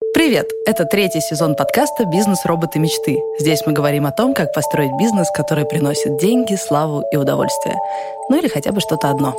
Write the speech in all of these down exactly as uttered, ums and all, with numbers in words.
Привет! Это третий сезон подкаста «Бизнес-роботы мечты». Здесь мы говорим о том, как построить бизнес, который приносит деньги, славу и удовольствие. Ну или хотя бы что-то одно.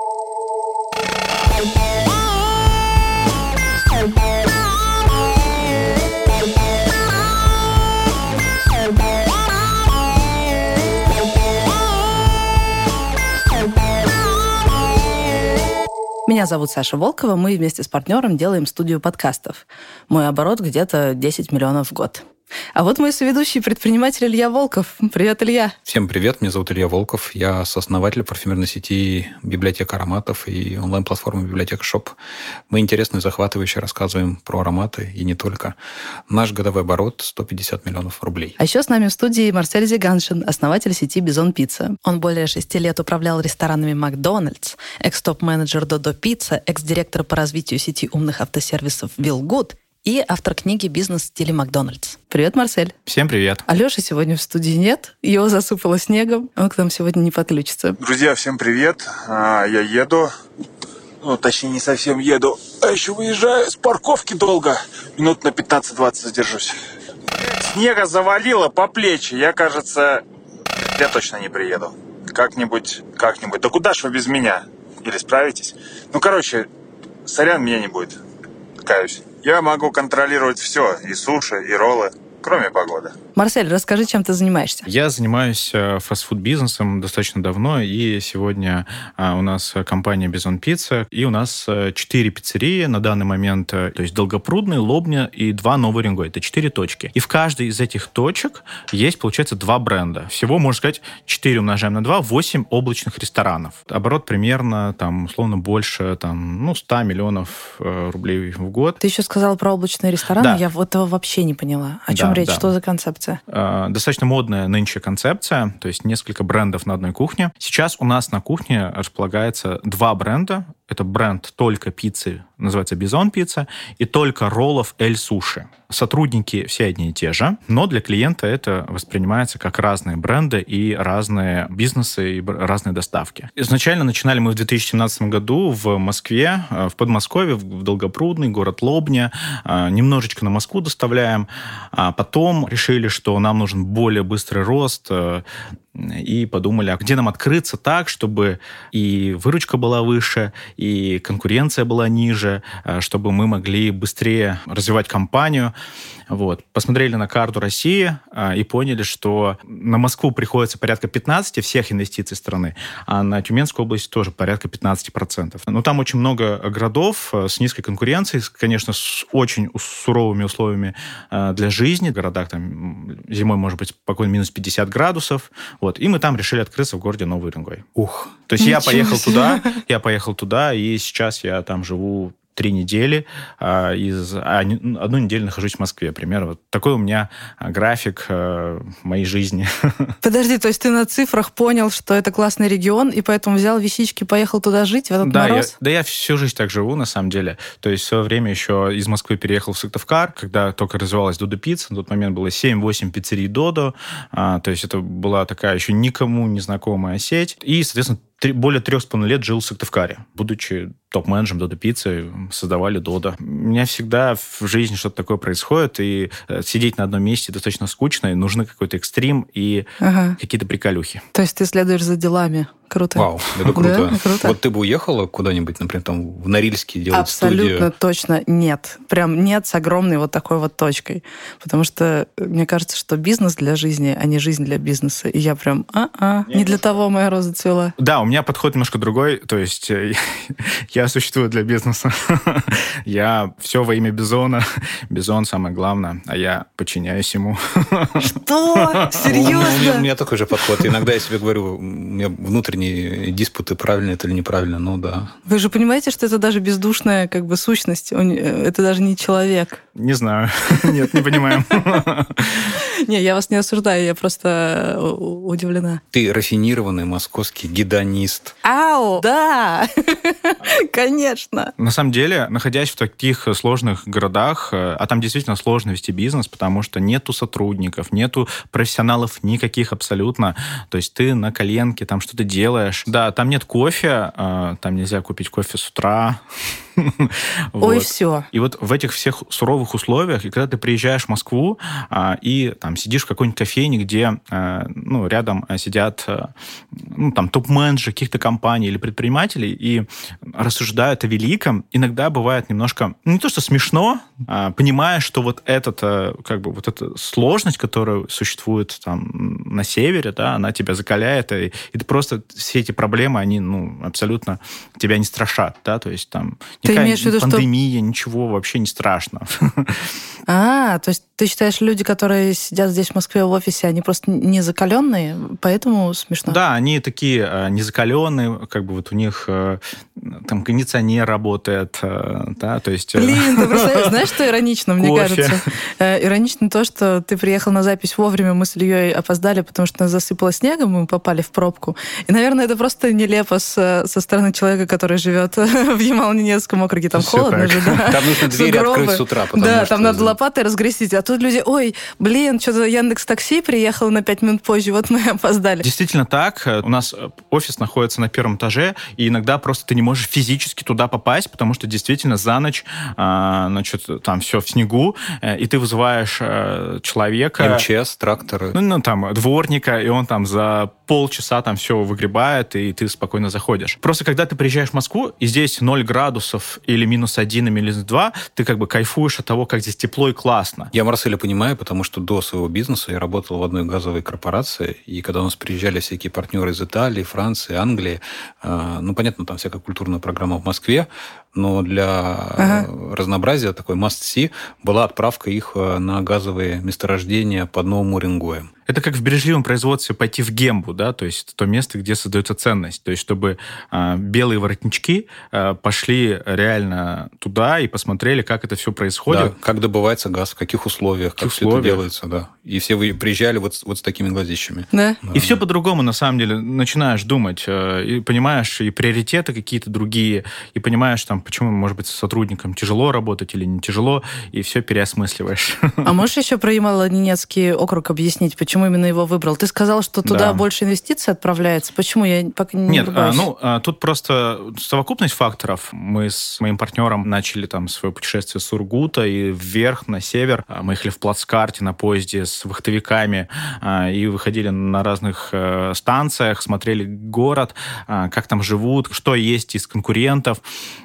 Меня зовут Саша Волкова, мы вместе с партнером делаем студию подкастов. Мой оборот где-то десять миллионов в год. А вот мой соведущий предприниматель Илья Волков. Привет, Илья. Всем привет, меня зовут Илья Волков. Я сооснователь парфюмерной сети «Библиотека ароматов» и онлайн-платформы «Библиотека Шоп». Мы интересно и захватывающе рассказываем про ароматы и не только. Наш годовой оборот сто пятьдесят миллионов рублей. А еще с нами в студии Марсель Зиганшин, основатель сети «Бизон Пицца». Он более шести лет управлял ресторанами «Макдональдс», экс-топ-менеджер «Додо Пицца», экс-директор по развитию сети умных автосервисов «Вилгуд» и автор книги «Бизнес в стиле Макдональдс». Привет, Марсель. Всем привет. Алёши сегодня в студии нет, его засыпало снегом, он к нам сегодня не подключится. Друзья, всем привет. Я еду, ну, точнее, не совсем еду, а еще выезжаю с парковки долго. Минут на пятнадцать-двадцать задержусь. Снега завалило по плечи. Я, кажется, я точно не приеду. Как-нибудь, как-нибудь. Да куда ж вы без меня? Или справитесь? Ну, короче, сорян, меня не будет. Каюсь. Я могу контролировать все, и суши, и роллы, кроме погоды. Марсель, расскажи, чем ты занимаешься. Я занимаюсь фастфуд-бизнесом достаточно давно, и сегодня у нас компания «Бизон Пицца», и у нас четыре пиццерии на данный момент, то есть Долгопрудный, Лобня и два Новый Уренгой. Это четыре точки. И в каждой из этих точек есть, получается, два бренда. Всего, можно сказать, четыре умножаем на два, восемь облачных ресторанов. Оборот примерно, там, условно, больше, там, ну, сто миллионов рублей в год. Ты еще сказала про облачные рестораны, да. Я вот этого вообще не поняла. О чем да, речь? Да. Что за концепция? Достаточно модная нынче концепция, то есть несколько брендов на одной кухне. Сейчас у нас на кухне располагается два бренда. Это бренд только пиццы, называется «Бизон Пицца», и только роллов «Эль Суши». Сотрудники все одни и те же, но для клиента это воспринимается как разные бренды и разные бизнесы, и разные доставки. Изначально начинали мы в две тысячи семнадцатом году в Москве, в Подмосковье, в Долгопрудный, город Лобня. Немножечко на Москву доставляем. А потом решили, что нам нужен более быстрый рост, и подумали, а где нам открыться так, чтобы и выручка была выше, и конкуренция была ниже, чтобы мы могли быстрее развивать компанию. Вот. Посмотрели на карту России и поняли, что на Москву приходится порядка пятнадцать всех инвестиций страны, а на Тюменскую область тоже порядка пятнадцать процентов. Но там очень много городов с низкой конкуренцией, конечно, с очень суровыми условиями для жизни. В городах там зимой может быть спокойно минус пятьдесят градусов. Вот. И мы там решили открыться в городе Новый Уренгой. Ух! То есть я поехал туда, я поехал туда, и сейчас я там живу три недели, а, из, а, одну неделю нахожусь в Москве, примерно. Вот такой у меня график а, моей жизни. Подожди, то есть ты на цифрах понял, что это классный регион, и поэтому взял вещички, поехал туда жить, в этот да, мороз? Я, да, я всю жизнь так живу, на самом деле. То есть в свое время еще из Москвы переехал в Сыктывкар, когда только развивалась Додо Пицца. На тот момент было семь-восемь пиццерий Додо. А, то есть это была такая еще никому незнакомая сеть. И, соответственно, более трех с половиной лет жил в Сыктывкаре. Будучи топ-менеджером Додо Пиццы, создавали Додо. У меня всегда в жизни что-то такое происходит, и сидеть на одном месте достаточно скучно, и нужны какой-то экстрим и ага. какие-то приколюхи. То есть ты следуешь за делами. Круто. Вау, это круто. Да, круто. Вот ты бы уехала куда-нибудь, например, там в Норильске делать Абсолютно студию? Абсолютно точно нет. Прям нет с огромной вот такой вот точкой. Потому что мне кажется, что бизнес для жизни, а не жизнь для бизнеса. И я прям, а-а, не для того моя роза цвела. Да, у меня подход немножко другой. То есть я существую для бизнеса. Я все во имя Бизона. Бизон самое главное, а я подчиняюсь ему. Что? Серьезно? У меня такой же подход. Иногда я себе говорю, у меня внутренний диспуты, правильно это или неправильно, ну да. Вы же понимаете, что это даже бездушная как бы сущность, это даже не человек. Не знаю. Нет, не понимаем. Не, я вас не осуждаю, я просто удивлена. Ты рафинированный московский гедонист. Ау, да, конечно. На самом деле, находясь в таких сложных городах, а там действительно сложно вести бизнес, потому что нету сотрудников, нету профессионалов никаких абсолютно. То есть ты на коленке там что-то делаешь. Да, там нет кофе, там нельзя купить кофе с утра. Ой, все. И вот в этих всех суровых условиях, и когда ты приезжаешь в Москву а, и там сидишь в какой-нибудь кофейне, где а, ну, рядом сидят а, ну, там, топ-менеджеры каких-то компаний или предпринимателей и рассуждают о великом, иногда бывает немножко, ну, не то что смешно, а, понимая, что вот, этот, а, как бы, вот эта сложность, которая существует там на севере, да, она тебя закаляет, и, и ты просто все эти проблемы, они ну, абсолютно тебя не страшат, да, то есть там никакая пандемия, что... ничего вообще не страшно. А, то есть ты считаешь, люди, которые сидят здесь в Москве в офисе, они просто не закаленные, поэтому смешно? Да, они такие не закаленные, как бы вот у них там кондиционер работает, да, то есть... Блин, ты представляешь, знаешь, что иронично, мне кажется? Иронично то, что ты приехал на запись вовремя, мы с Ильей опоздали, потому что нас засыпало снегом, мы попали в пробку. И, наверное, это просто нелепо с, со стороны человека, который живет в Ямало-Ненецком округе, там все холодно так. же, да. Там нужно двери открыть с утра, потому да, что... там надо лопатой разгрестить, а тут люди, ой, блин, что-то Яндекс.Такси приехал на пять минут позже, вот мы опоздали. Действительно так. У нас офис находится на первом этаже, и иногда просто ты не можешь физически туда попасть, потому что действительно за ночь, значит, там все в снегу, и ты вызываешь человека... эм че эс, тракторы. Ну, ну, там, дворника, и он там за полчаса там все выгребает, и ты спокойно заходишь. Просто когда ты приезжаешь в Москву, и здесь ноль градусов или минус один, или минус два, ты как бы кайфуешь от того, как здесь тепло и классно. Я Марселя понимаю, потому что до своего бизнеса я работал в одной газовой корпорации, и когда у нас приезжали всякие партнеры из Италии, Франции, Англии, ну, понятно, там всякая культурная программа в Москве, но для ага. разнообразия такой must-see была отправка их на газовые месторождения под Новым Уренгоем. Это как в бережливом производстве пойти в Гембу, да, то есть то место, где создается ценность. То есть чтобы а, белые воротнички а, пошли реально туда и посмотрели, как это все происходит. Да, как добывается газ, в каких условиях, в каких как условиях. Все это делается, да. И все вы приезжали вот, вот с такими глазищами. Да. Да. И все по-другому, на самом деле, начинаешь думать, и понимаешь, и приоритеты какие-то другие, и понимаешь, там, почему, может быть, с сотрудником тяжело работать или не тяжело, и все переосмысливаешь. А можешь еще про Ямало-Ненецкий округ объяснить, почему Почему именно его выбрал? Ты сказал, что туда да. больше инвестиций отправляется. Почему? Я пока не Нет, врубаюсь. ну, тут просто совокупность факторов. Мы с моим партнером начали там свое путешествие с Сургута и вверх, на север. Мы ехали в плацкарте на поезде с вахтовиками и выходили на разных станциях, смотрели город, как там живут, что есть из конкурентов.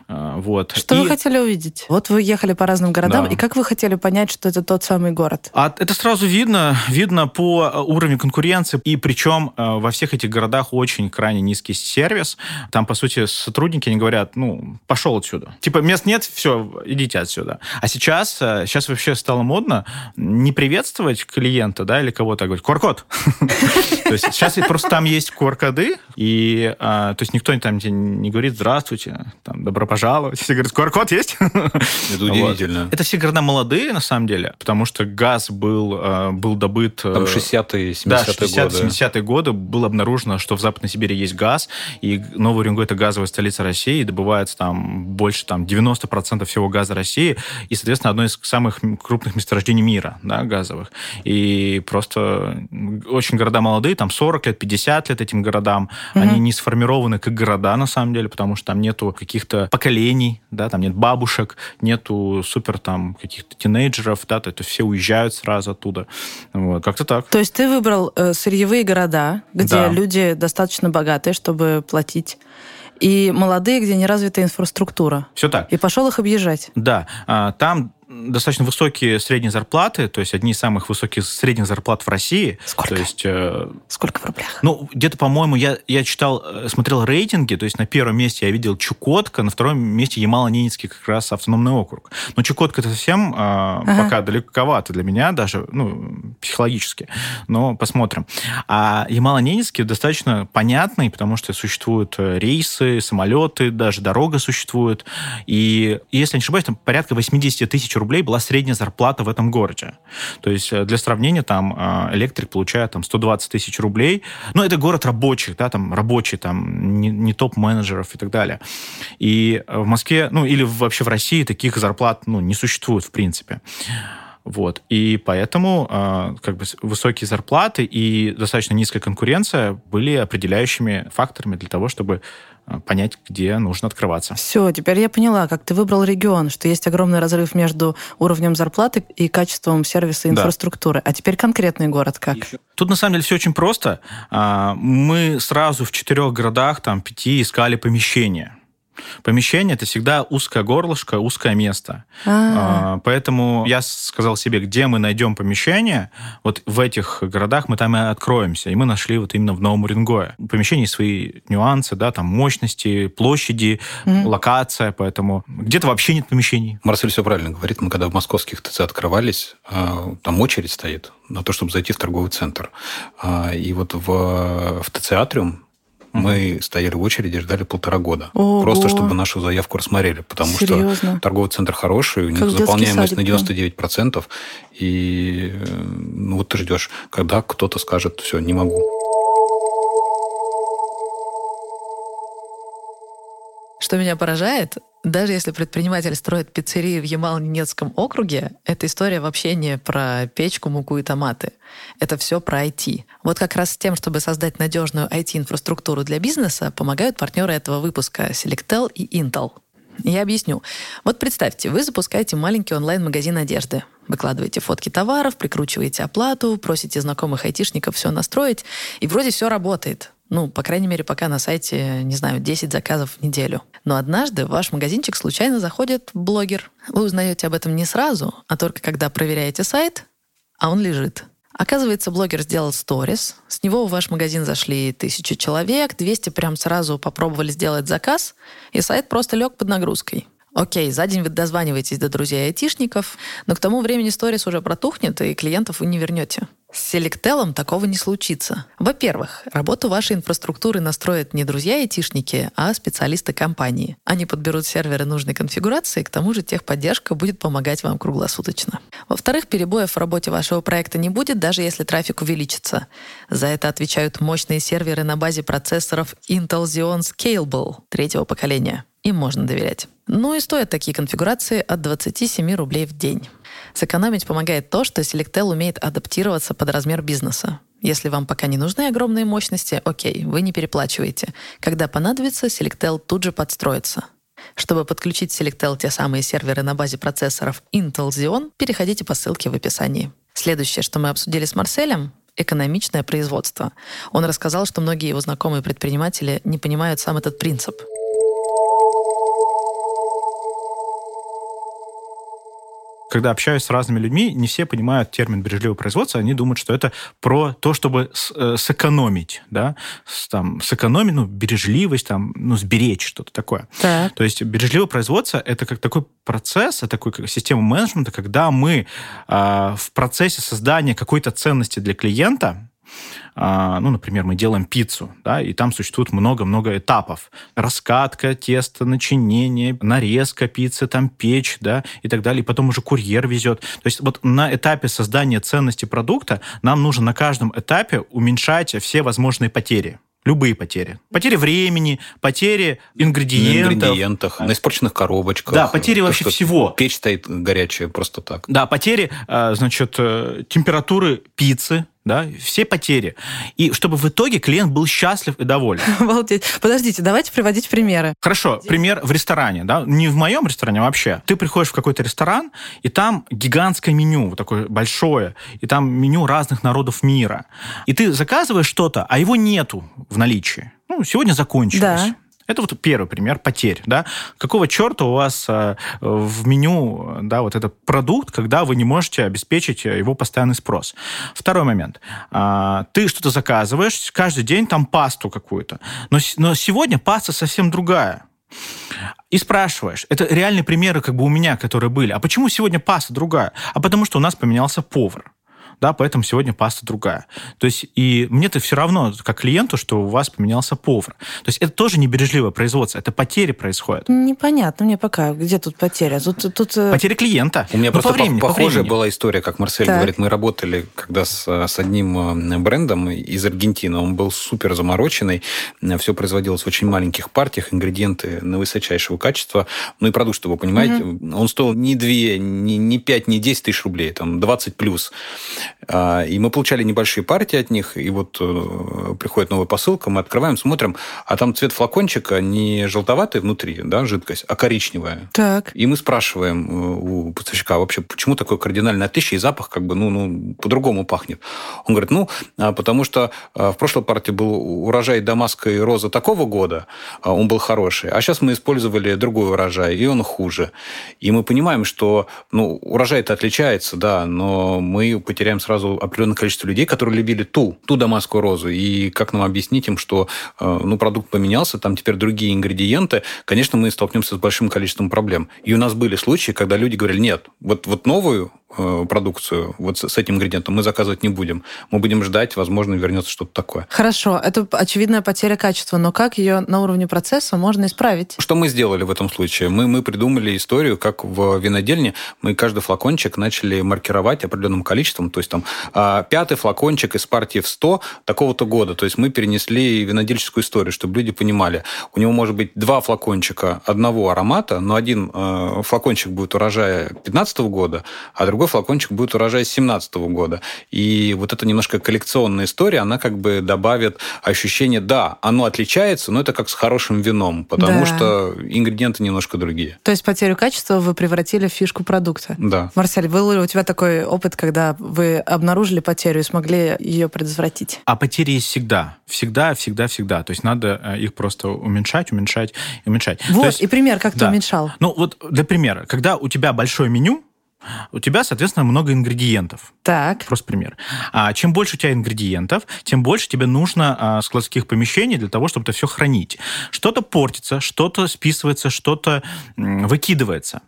Вот. Что и... вы хотели увидеть? Вот вы ехали по разным городам, да. и как вы хотели понять, что это тот самый город? А это сразу видно. Видно по уровню конкуренции, и причем во всех этих городах очень крайне низкий сервис. Там, по сути, сотрудники, они говорят, ну, пошел отсюда. Типа, мест нет, все, идите отсюда. А сейчас, сейчас вообще стало модно не приветствовать клиента, да, или кого-то, а говорить, ку ар код. То есть сейчас просто там есть ку ар коды, и то есть никто там не говорит, здравствуйте, добро пожаловать. Все говорят, ку ар код есть? Это удивительно. Это все города молодые, на самом деле, потому что газ был, был добыт... Там шестидесятые, семидесятые годы. Да, шестидесятые-семидесятые годы было обнаружено, что в Западной Сибири есть газ, и Новый Уренгой — это газовая столица России, и добывается там больше там, девяносто процентов всего газа России, и, соответственно, одно из самых крупных месторождений мира, да, газовых. И просто очень города молодые, там сорок лет, пятьдесят лет этим городам, угу. Они не сформированы как города, на самом деле, потому что там нету каких-то поколений, да, там нет бабушек, нету супер там каких-то тинейджеров, да, то есть все уезжают сразу оттуда. Вот, как-то так. То есть ты выбрал э, сырьевые города, где да. люди достаточно богатые, чтобы платить, и молодые, где не развита инфраструктура. Все так. И пошел их объезжать. Да. Там достаточно высокие средние зарплаты, то есть одни из самых высоких средних зарплат в России. Сколько? То есть, э, Сколько в рублях? Ну, где-то, по-моему, я, я читал, смотрел рейтинги, то есть на первом месте я видел Чукотка, на втором месте Ямало-Ненецкий как раз автономный округ. Но Чукотка это совсем э, ага. пока далековато для меня, даже ну, психологически. Но посмотрим. А Ямало-Ненецкий достаточно понятный, потому что существуют рейсы, самолеты, даже дорога существует. И, если не ошибаюсь, там порядка восемьдесят тысяч рублей была средняя зарплата в этом городе. То есть, для сравнения, там электрик получает там, сто двадцать тысяч рублей. Ну, это город рабочих, да, там рабочий, там не, не топ-менеджеров и так далее. И в Москве, ну, или вообще в России таких зарплат, ну, не существует в принципе. Вот. И поэтому э, как бы высокие зарплаты и достаточно низкая конкуренция были определяющими факторами для того, чтобы э, понять, где нужно открываться. Все, теперь я поняла, как ты выбрал регион, что есть огромный разрыв между уровнем зарплаты и качеством сервиса и инфраструктуры. Да. А теперь конкретный город как? Тут на самом деле все очень просто. Мы сразу в четырех городах, там, пяти искали помещение. Помещение – это всегда узкое горлышко, узкое место. А-а-а. Поэтому я сказал себе, где мы найдем помещение, вот в этих городах мы там и откроемся. И мы нашли вот именно в Новом Уренгое. У помещений свои нюансы, да, там мощности, площади, mm-hmm. локация, поэтому где-то вообще нет помещений. Марсель все правильно говорит. Мы когда в московских ТЦ открывались, там очередь стоит на то, чтобы зайти в торговый центр. И вот в, в ТЦ «Атриум» мы uh-huh. стояли в очереди, ждали полтора года. Ого. Просто чтобы нашу заявку рассмотрели. Потому Серьезно? Что торговый центр хороший, у них как заполняемость на девяносто девять процентов. И ну, вот ты ждешь, когда кто-то скажет, все, не могу. Что меня поражает, даже если предприниматель строит пиццерию в Ямало-Ненецком округе, эта история вообще не про печку, муку и томаты. Это все про ай ти. Вот как раз с тем, чтобы создать надежную ай ти-инфраструктуру для бизнеса, помогают партнеры этого выпуска Selectel и Intel. Я объясню. Вот представьте, вы запускаете маленький онлайн-магазин одежды. Выкладываете фотки товаров, прикручиваете оплату, просите знакомых айтишников все настроить, и вроде все работает. Ну, по крайней мере, пока на сайте, не знаю, десять заказов в неделю. Но однажды в ваш магазинчик случайно заходит блогер. Вы узнаете об этом не сразу, а только когда проверяете сайт, а он лежит. Оказывается, блогер сделал сторис, с него в ваш магазин зашли тысячи человек, двести прям сразу попробовали сделать заказ, и сайт просто лег под нагрузкой. Окей, за день вы дозваниваетесь до друзей-айтишников, но к тому времени сторис уже протухнет, и клиентов вы не вернете. С Selectel такого не случится. Во-первых, работу вашей инфраструктуры настроят не друзья-айтишники, а специалисты компании. Они подберут серверы нужной конфигурации, к тому же техподдержка будет помогать вам круглосуточно. Во-вторых, перебоев в работе вашего проекта не будет, даже если трафик увеличится. За это отвечают мощные серверы на базе процессоров Intel Xeon Scalable третьего поколения. Им можно доверять. Ну и стоят такие конфигурации от двадцать семь рублей в день. Сэкономить помогает то, что Selectel умеет адаптироваться под размер бизнеса. Если вам пока не нужны огромные мощности, окей, вы не переплачиваете. Когда понадобится, Selectel тут же подстроится. Чтобы подключить Selectel те самые серверы на базе процессоров Intel Xeon, переходите по ссылке в описании. Следующее, что мы обсудили с Марселем — экономичное производство. Он рассказал, что многие его знакомые предприниматели не понимают сам этот принцип. Когда общаюсь с разными людьми, не все понимают термин бережливое производство, они думают, что это про то, чтобы с, э, сэкономить, да, с, там, сэкономить, ну, бережливость, там, ну, сберечь что-то такое. Так. То есть бережливое производство — это как такой процесс, это такой как система менеджмента, когда мы э, в процессе создания какой-то ценности для клиента, ну, например, мы делаем пиццу, да, и там существует много-много этапов. Раскатка теста, начинение, нарезка пиццы, там печь, да, и так далее. И потом уже курьер везет. То есть вот на этапе создания ценности продукта нам нужно на каждом этапе уменьшать все возможные потери. Любые потери. Потери времени, потери ингредиентов. На ингредиентах, на испорченных коробочках. Да, потери вообще то, всего. Печь стоит горячая просто так. Да, потери, значит, температуры пиццы, да, все потери. И чтобы в итоге клиент был счастлив и доволен. Обалдеть. Подождите, давайте приводить примеры. Хорошо, Здесь. Пример в ресторане, да, не в моем ресторане, а вообще. Ты приходишь в какой-то ресторан, и там гигантское меню, такое большое, и там меню разных народов мира. И ты заказываешь что-то, а его нету в наличии. Ну, сегодня закончилось. Да. Это вот первый пример потерь, да. Какого черта у вас э, в меню, да, вот этот продукт, когда вы не можете обеспечить его постоянный спрос? Второй момент. Э, ты что-то заказываешь, каждый день там пасту какую-то, но, но сегодня паста совсем другая. И спрашиваешь, это реальные примеры как бы у меня, которые были, а почему сегодня паста другая? А потому что у нас поменялся повар. да, поэтому сегодня паста другая. То есть и мне-то все равно, как клиенту, что у вас поменялся повар. То есть это тоже не бережливое производство, это потери происходят. Непонятно мне пока, где тут потеря. Тут, тут... Потери клиента. У меня ну, просто по времени, похожая по была история, как Марсель так. говорит. Мы работали когда с, с одним брендом из Аргентины. Он был супер замороченный. Все производилось в очень маленьких партиях, ингредиенты на высочайшего качества. Ну и продукт, чтобы вы понимаете, угу. он стоил не две, не, не пять, не десять тысяч рублей, там двадцать плюс. И мы получали небольшие партии от них, и вот приходит новая посылка, мы открываем, смотрим, а там цвет флакончика не желтоватый внутри, да, жидкость, а коричневая. Так. И мы спрашиваем у поставщика, вообще, почему такое кардинальное отличие, и запах как бы, ну, ну по-другому пахнет. Он говорит, ну, потому что в прошлой партии был урожай дамасской розы такого года, он был хороший, а сейчас мы использовали другой урожай, и он хуже. И мы понимаем, что, ну, урожай-то отличается, да, но мы потеряем сразу определенное количество людей, которые любили ту, ту дамасскую розу. И как нам объяснить им, что, ну, продукт поменялся, там теперь другие ингредиенты, конечно, мы столкнемся с большим количеством проблем. И у нас были случаи, когда люди говорили, нет, вот, вот новую продукцию вот с этим ингредиентом мы заказывать не будем. Мы будем ждать, возможно, вернется что-то такое. Хорошо, это очевидная потеря качества, но как ее на уровне процесса можно исправить? Что мы сделали в этом случае? Мы, мы придумали историю, как в винодельне мы каждый флакончик начали маркировать определенным количеством, то есть там пятый флакончик из партии в сто такого-то года. То есть мы перенесли винодельческую историю, чтобы люди понимали, у него может быть два флакончика одного аромата, но один флакончик будет урожая пятнадцатого года, а другой флакончик будет урожай семнадцатого года. И вот эта немножко коллекционная история, она как бы добавит ощущение, да, оно отличается, но это как с хорошим вином, потому да. что ингредиенты немножко другие. То есть потерю качества вы превратили в фишку продукта. Да. Марсель, был ли у тебя такой опыт, когда вы обнаружили потерю и смогли ее предотвратить? А потери есть всегда. Всегда, всегда, всегда. То есть надо их просто уменьшать, уменьшать, уменьшать. Вот, есть, и пример, как да. ты уменьшал. Ну, вот для примера, когда у тебя большое меню, у тебя, соответственно, много ингредиентов. Так. Просто пример. А чем больше у тебя ингредиентов, тем больше тебе нужно а, складских помещений для того, чтобы это все хранить. Что-то портится, что-то списывается, что-то м, выкидывается.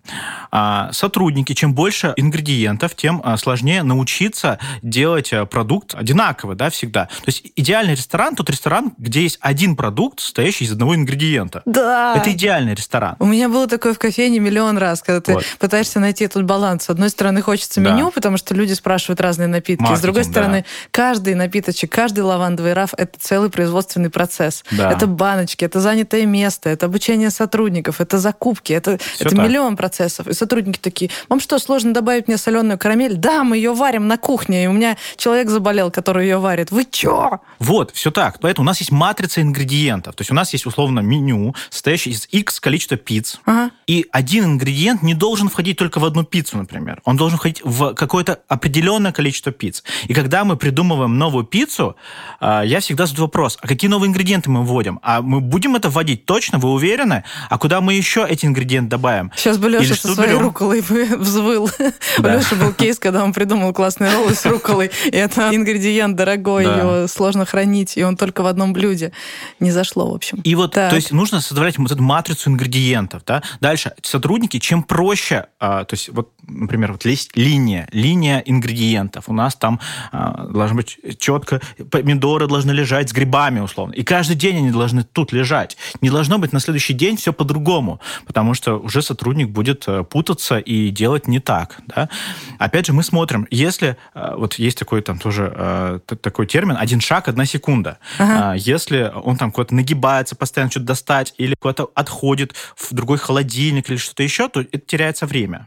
А, сотрудники, чем больше ингредиентов, тем а, сложнее научиться делать а, продукт одинаково, да, всегда. То есть идеальный ресторан, тот ресторан, где есть один продукт, состоящий из одного ингредиента. Да. Это идеальный ресторан. У меня было такое в кофейне миллион раз, когда ты вот. пытаешься найти этот баланс. С одной стороны, хочется да. меню, потому что люди спрашивают разные напитки. Маркетинг, С другой стороны, да. каждый напиточек, каждый лавандовый раф – это целый производственный процесс. Да. Это баночки, это занятое место, это обучение сотрудников, это закупки, это, это миллион процессов. И сотрудники такие, вам что, сложно добавить мне соленую карамель? Да, мы ее варим на кухне, и у меня человек заболел, который ее варит. Вы чё? Вот, все так. Поэтому у нас есть матрица ингредиентов. То есть у нас есть, условно, меню, состоящее из X количества пиц. Ага. И один ингредиент не должен входить только в одну пиццу, например. Он должен входить в какое-то определенное количество пиц. И когда мы придумываем новую пиццу, я всегда задаю вопрос, а какие новые ингредиенты мы вводим? А мы будем это вводить точно? Вы уверены? А куда мы еще эти ингредиенты добавим? Сейчас бы Леша со своей берем? рукколой взвыл. Да. У Леши был кейс, когда он придумал классные роллы с рукколой. И это ингредиент дорогой, да. его сложно хранить, и он только в одном блюде. Не зашло, в общем. И вот, так. то есть нужно создавать вот эту матрицу ингредиентов. Да? Дальше, сотрудники, чем проще, то есть вот, например, вот есть линия, линия ингредиентов. У нас там а, должно быть четко, помидоры должны лежать с грибами, условно. И каждый день они должны тут лежать. Не должно быть на следующий день все по-другому, потому что уже сотрудник будет путаться и делать не так. Да? Опять же, мы смотрим, если, вот есть такой там тоже такой термин, один шаг, одна секунда. Ага. Если он там куда-то нагибается, постоянно что-то достать, или куда-то отходит в другой холодильник или что-то еще, то это теряется время.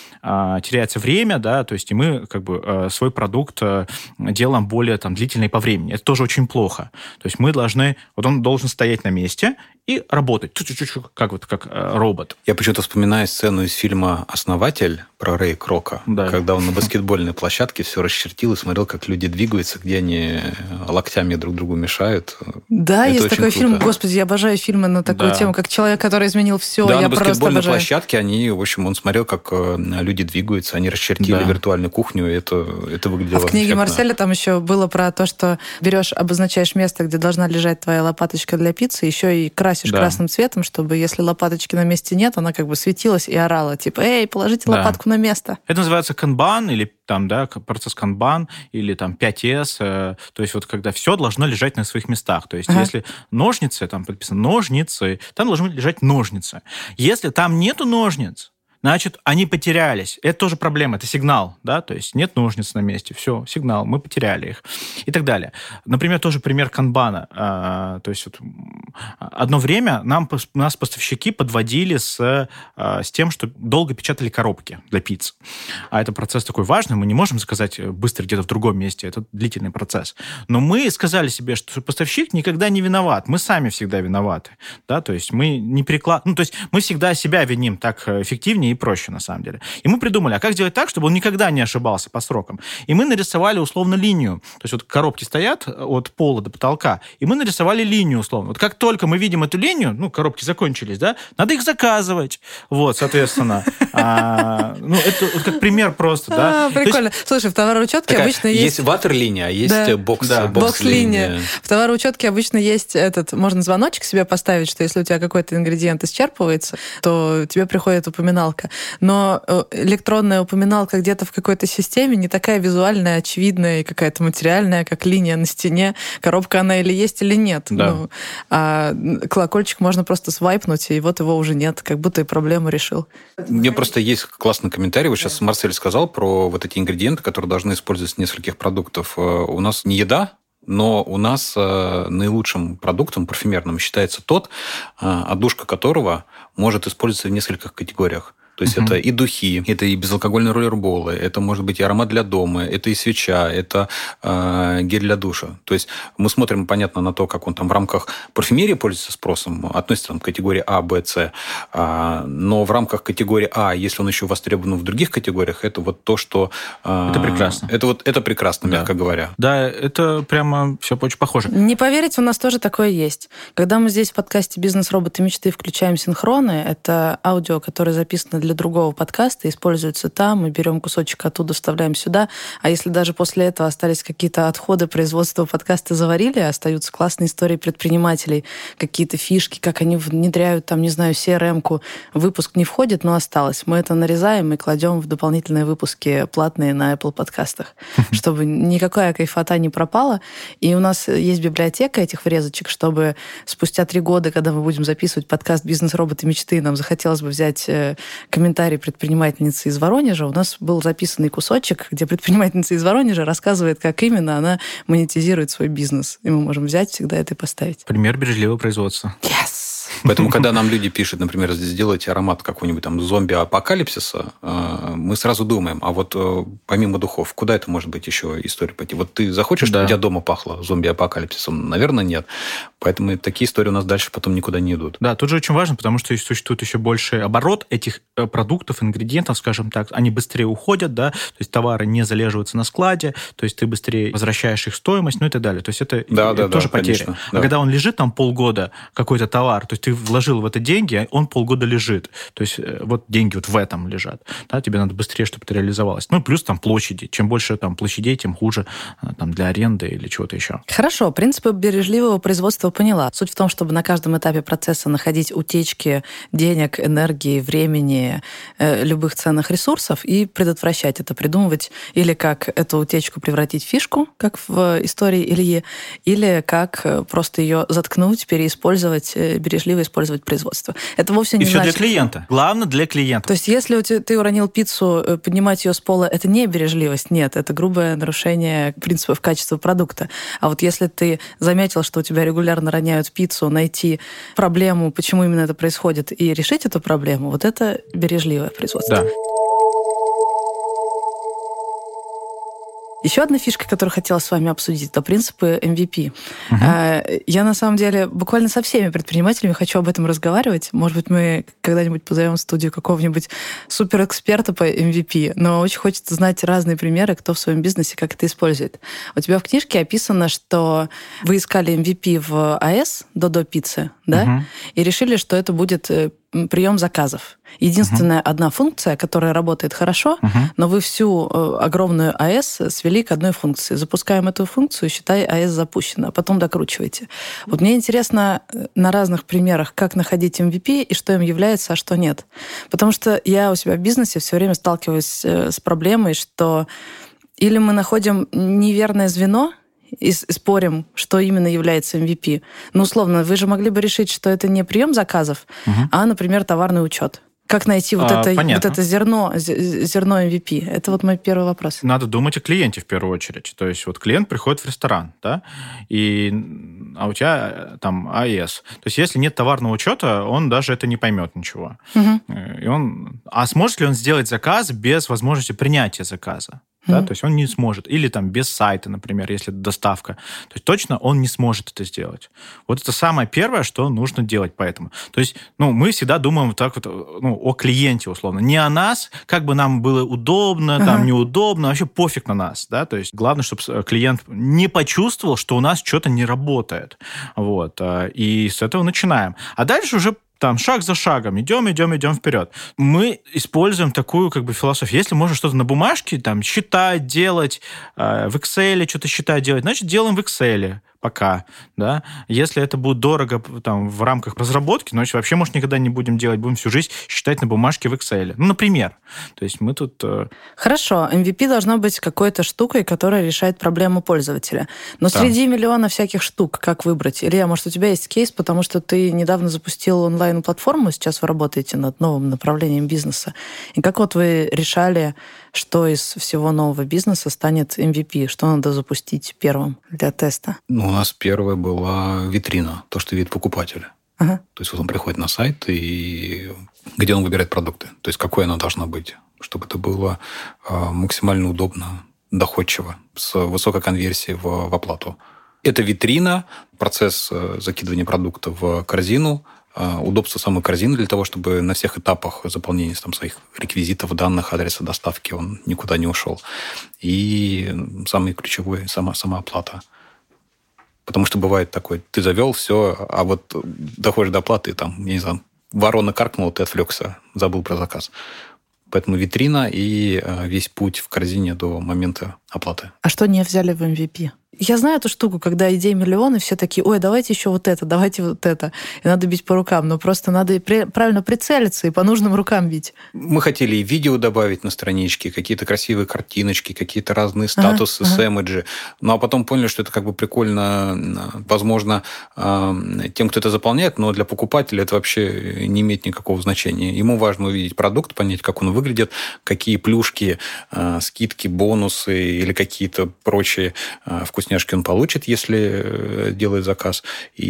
теряется время, да, то есть и мы как бы свой продукт делаем более там длительный по времени. Это тоже очень плохо. То есть мы должны, вот он должен стоять на месте и работать, как вот как робот. Я почему-то вспоминаю сцену из фильма «Основатель» про Рэя Крока, да. когда он на баскетбольной площадке все расчертил и смотрел, как люди двигаются, где они локтями друг другу мешают. Да, это есть такой круто. Фильм. Господи, я обожаю фильмы на такую да. тему, как человек, который изменил все. Да, я на просто баскетбольной обожаю. площадке они, в общем, он смотрел, как люди двигаются, они расчертили да. виртуальную кухню, и это, это выглядело а в книге эффектно. Марселя там еще было про то, что берешь, обозначаешь место, где должна лежать твоя лопаточка для пиццы, еще и красишь красишь Да. красным цветом, чтобы если лопаточки на месте нет, она как бы светилась и орала, типа, эй, положите Да. лопатку на место. Это называется канбан или там, да, процесс канбан или там пять эс. э, То есть вот когда все должно лежать на своих местах. То есть Ага. если ножницы, там подписано ножницы, там должны лежать ножницы. Если там нету ножниц, значит, они потерялись. Это тоже проблема, это сигнал, да, то есть нет ножниц на месте, все, сигнал, мы потеряли их и так далее. Например, тоже пример канбана. А, то есть вот одно время нам, нас поставщики подводили с, а, с тем, что долго печатали коробки для пиццы. А это процесс такой важный, мы не можем заказать быстро где-то в другом месте, это длительный процесс. Но мы сказали себе, что поставщик никогда не виноват, мы сами всегда виноваты, да, то есть мы не переклад... ну, то есть мы всегда себя виним так эффективнее и проще, на самом деле. И мы придумали, а как сделать так, чтобы он никогда не ошибался по срокам? И мы нарисовали условно линию. То есть вот коробки стоят от пола до потолка, и мы нарисовали линию условно. Вот как только мы видим эту линию, ну, коробки закончились, да, надо их заказывать. Вот, соответственно. А, ну, это вот как пример просто, да. А, прикольно. Слушай, в товароучетке Такая, обычно есть... Есть ватер-линия, а есть Да. бокс, Да. бокс-линия. Бокс-линия. В товароучетке обычно есть этот, можно звоночек себе поставить, что если у тебя какой-то ингредиент исчерпывается, то тебе приходит упоминалка. Но электронная упоминалка где-то в какой-то системе не такая визуальная, очевидная и какая-то материальная, как линия на стене. Коробка она или есть, или нет. Да. Ну, а колокольчик можно просто свайпнуть, и вот его уже нет, как будто и проблему решил. У меня просто есть классный комментарий. Вот сейчас Марсель сказал про вот эти ингредиенты, которые должны использоваться из нескольких продуктов. У нас не еда, но у нас наилучшим продуктом парфюмерным считается тот, отдушка которого может использоваться в нескольких категориях. То есть uh-huh. это и духи, это и безалкогольные роллерболы, это может быть и аромат для дома, это и свеча, это э, гель для душа. То есть мы смотрим, понятно, на то, как он там в рамках парфюмерии пользуется спросом, относится там, к категории А, Б, С. А, но в рамках категории А, если он еще востребован в других категориях, это вот то, что... Э, это прекрасно. Это, вот, это прекрасно, да. мягко говоря. Да, это прямо все очень похоже. Не поверите, у нас тоже такое есть. Когда мы здесь в подкасте «Бизнес-роботы мечты» включаем синхроны, это аудио, которое записано для для другого подкаста, используется там, мы берем кусочек оттуда, вставляем сюда. А если даже после этого остались какие-то отходы производства подкаста заварили, остаются классные истории предпринимателей, какие-то фишки, как они внедряют, там, не знаю, си эр эм-ку. Выпуск не входит, но осталось. Мы это нарезаем и кладем в дополнительные выпуски платные на Apple подкастах, чтобы никакая кайфота не пропала. И у нас есть библиотека этих врезочек, чтобы спустя три года, когда мы будем записывать подкаст «Бизнес-роботы мечты», нам захотелось бы взять комментарий предпринимательницы из Воронежа. У нас был записанный кусочек, где предпринимательница из Воронежа рассказывает, как именно она монетизирует свой бизнес. И мы можем взять всегда это и поставить. Пример бережливого производства. Yes! Поэтому, когда нам люди пишут, например, сделайте аромат какого-нибудь там зомби-апокалипсиса, мы сразу думаем, а вот помимо духов, куда это может быть еще история пойти? Вот ты захочешь, да. чтобы у тебя дома пахло зомби-апокалипсисом? Наверное, нет. Поэтому такие истории у нас дальше потом никуда не идут. Да, тут же очень важно, потому что существует еще больший оборот этих продуктов, ингредиентов, скажем так, они быстрее уходят, да, то есть товары не залеживаются на складе, то есть ты быстрее возвращаешь их стоимость, ну и так далее. То есть это, да, это да, тоже да, потеря. Конечно, а да. когда он лежит там полгода, какой-то товар, то есть ты вложил в это деньги, он полгода лежит. То есть вот деньги вот в этом лежат. Да, тебе надо быстрее, чтобы это реализовалось. Ну и плюс там площади. Чем больше там площадей, тем хуже там, для аренды или чего-то еще. Хорошо, принципы бережливого производства поняла. Суть в том, чтобы на каждом этапе процесса находить утечки денег, энергии, времени, э, любых ценных ресурсов и предотвращать это, придумывать или как эту утечку превратить в фишку, как в истории Ильи, или как просто ее заткнуть, переиспользовать, бережливо использовать производство. Это вовсе не и значит... все для клиента. Главное, для клиента. То есть если у тебя, ты уронил пиццу, поднимать ее с пола, это не бережливость, нет, это грубое нарушение принципов качества продукта. А вот если ты заметил, что у тебя регулярно роняют пиццу, найти проблему, почему именно это происходит, и решить эту проблему, вот это бережливое производство. Да. Еще одна фишка, которую хотела с вами обсудить, это принципы эм ви пи. Угу. Я, на самом деле, буквально со всеми предпринимателями хочу об этом разговаривать. Может быть, мы когда-нибудь позовем в студию какого-нибудь суперэксперта по эм ви пи, но очень хочется знать разные примеры, кто в своем бизнесе как это использует. У тебя в книжке описано, что вы искали эм ви пи в эй эс, Додо Пиццы, да? Угу. И решили, что это будет прием заказов. Единственная uh-huh. одна функция, которая работает хорошо, uh-huh. но вы всю огромную АЭС свели к одной функции. Запускаем эту функцию, считай, АЭС запущена, а потом докручиваете. Вот мне интересно на разных примерах, как находить эм ви пи и что им является, а что нет. Потому что я у себя в бизнесе все время сталкиваюсь с проблемой, что или мы находим неверное звено, и спорим, что именно является эм ви пи. Ну, условно, вы же могли бы решить, что это не прием заказов, угу. а, например, товарный учет. Как найти вот, а, это, вот это зерно, зерно эм ви пи? Это вот мой первый вопрос. Надо думать о клиенте в первую очередь. То есть вот клиент приходит в ресторан, да, и, а у тебя там АЭС. То есть если нет товарного учета, он даже это не поймет ничего. Угу. И он... А сможет ли он сделать заказ без возможности принятия заказа? Да, mm-hmm. То есть он не сможет. Или там без сайта, например, если это доставка. То есть точно он не сможет это сделать. Вот это самое первое, что нужно делать поэтому. То есть ну, мы всегда думаем вот так вот ну, о клиенте, условно. Не о нас, как бы нам было удобно, uh-huh. там, неудобно, вообще пофиг на нас. Да? То есть главное, чтобы клиент не почувствовал, что у нас что-то не работает. Вот. И с этого начинаем. А дальше уже там шаг за шагом, идем, идем, идем вперед. Мы используем такую как бы философию. Если можно что-то на бумажке там считать, делать, э, в Excel что-то считать, делать, значит, делаем в Excel пока, да. Если это будет дорого там в рамках разработки, значит, вообще, может, никогда не будем делать, будем всю жизнь считать на бумажке в Excel. Ну, например. То есть мы тут... Э... Хорошо, эм ви пи должно быть какой-то штукой, которая решает проблему пользователя. Но да. среди миллиона всяких штук как выбрать? Илья, может, у тебя есть кейс, потому что ты недавно запустил онлайн-платформу, сейчас вы работаете над новым направлением бизнеса. И как вот вы решали, что из всего нового бизнеса станет эм ви пи? Что надо запустить первым для теста? Ну, у нас первая была витрина, то, что видит покупатель. Ага. То есть вот он приходит на сайт, и где он выбирает продукты. То есть какое оно должно быть, чтобы это было максимально удобно, доходчиво, с высокой конверсией в, в оплату. Это витрина, процесс закидывания продукта в корзину, удобство самой корзины для того, чтобы на всех этапах заполнения там, своих реквизитов, данных, адреса доставки он никуда не ушел. И самый ключевой – сама, сама оплата. Потому что бывает такое, ты завел все, а вот доходишь до оплаты, там, я не знаю, ворона каркнула, ты отвлекся, забыл про заказ. Поэтому витрина и весь путь в корзине до момента оплаты. А что не взяли в эм ви пи? Я знаю эту штуку, когда идей миллион, и все такие, ой, давайте еще вот это, давайте вот это. И надо бить по рукам. Но просто надо и при... правильно прицелиться и по нужным рукам бить. Мы хотели и видео добавить на страничке, какие-то красивые картиночки, какие-то разные статусы, ага, сэмэджи. Ага. Ну, а потом поняли, что это как бы прикольно, возможно, тем, кто это заполняет, но для покупателя это вообще не имеет никакого значения. Ему важно увидеть продукт, понять, как он выглядит, какие плюшки, скидки, бонусы или какие-то прочие вкусняшки он получит, если делает заказ,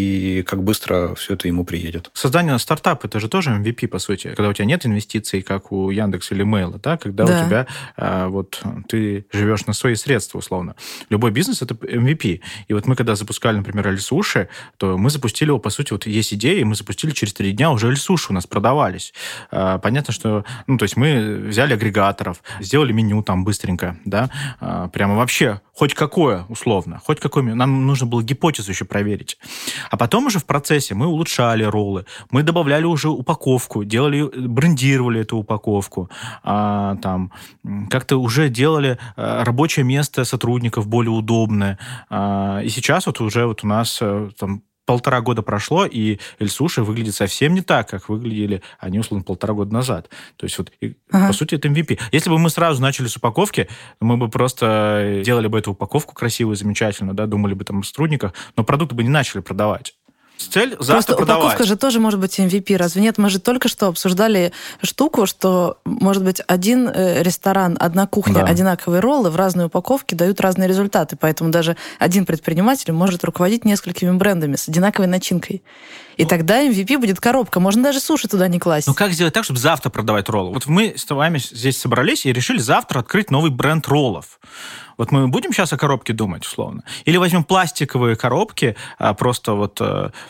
и как быстро все это ему приедет. Создание стартапа – это же тоже эм ви пи, по сути. Когда у тебя нет инвестиций, как у Яндекса или Мейла, да? Когда да. у тебя а, вот ты живешь на свои средства, условно. Любой бизнес – это эм ви пи. И вот мы, когда запускали, например, Эльсуши, то мы запустили его, по сути, вот есть идея, и мы запустили через три дня уже Эльсуши у нас продавались. А, понятно, что... Ну, то есть мы взяли агрегаторов, сделали меню там быстренько, да? А, прямо вообще хоть какое, условно, хоть какой... Нам нужно было гипотезу еще проверить. А потом уже в процессе мы улучшали роллы, мы добавляли уже упаковку, делали, брендировали эту упаковку, а, там, как-то уже делали а, рабочее место сотрудников более удобное. А, и сейчас вот уже вот у нас там полтора года прошло, и Эльсуши выглядит совсем не так, как выглядели они, условно, полтора года назад. То есть, вот, ага. по сути, это эм ви пи. Если бы мы сразу начали с упаковки, мы бы просто делали бы эту упаковку красивую, замечательно, да, думали бы там о сотрудниках, но продукты бы не начали продавать. Цель завтра Просто продавать. Упаковка же тоже может быть эм ви пи, разве нет? Мы же только что обсуждали штуку, что, может быть, один ресторан, одна кухня, да. одинаковые роллы в разной упаковке дают разные результаты, поэтому даже один предприниматель может руководить несколькими брендами с одинаковой начинкой. И ну, тогда эм ви пи будет коробка, можно даже суши туда не класть. Ну как сделать так, чтобы завтра продавать роллы? Вот мы с вами здесь собрались и решили завтра открыть новый бренд роллов. Вот мы будем сейчас о коробке думать, условно? Или возьмем пластиковые коробки, просто вот,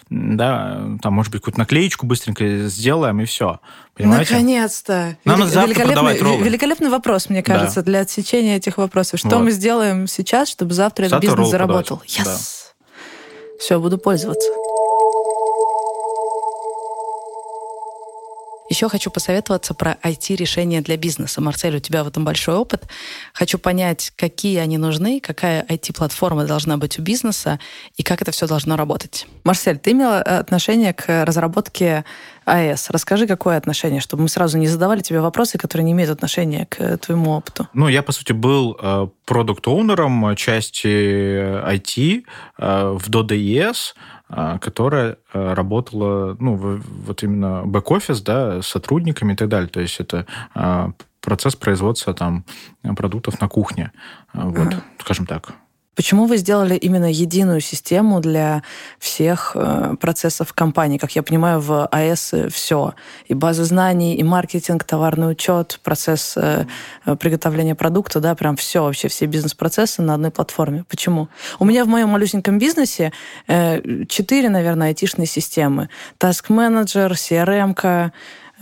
да, там, может быть, какую-то наклеечку быстренько сделаем, и все. Понимаете? Наконец-то! Нам надо завтра продавать роллы. Великолепный вопрос, мне кажется, да. для отсечения этих вопросов. Что вот. мы сделаем сейчас, чтобы завтра, завтра этот бизнес заработал? Yes! Да. Все, буду пользоваться. Еще хочу посоветоваться про ай ти-решения для бизнеса. Марсель, у тебя в этом большой опыт. Хочу понять, какие они нужны, какая ай ти-платформа должна быть у бизнеса и как это все должно работать. Марсель, ты имела отношение к разработке эй эс. Расскажи, какое отношение, чтобы мы сразу не задавали тебе вопросы, которые не имеют отношения к твоему опыту. Ну, я, по сути, был продукт-оунером части ай ти в Dodo.ес, которая работала, ну, вот именно бэк-офис, да, с сотрудниками и так далее. То есть это процесс производства там продуктов на кухне. Вот, ага. Скажем так. Почему вы сделали именно единую систему для всех процессов компании? Как я понимаю, в эй эс все. И база знаний, и маркетинг, товарный учет, процесс приготовления продукта, да, прям все, вообще все бизнес-процессы на одной платформе. Почему? У меня в моем малюсеньком бизнесе четыре, наверное, айтишные системы. Task Manager, си ар эм-ка,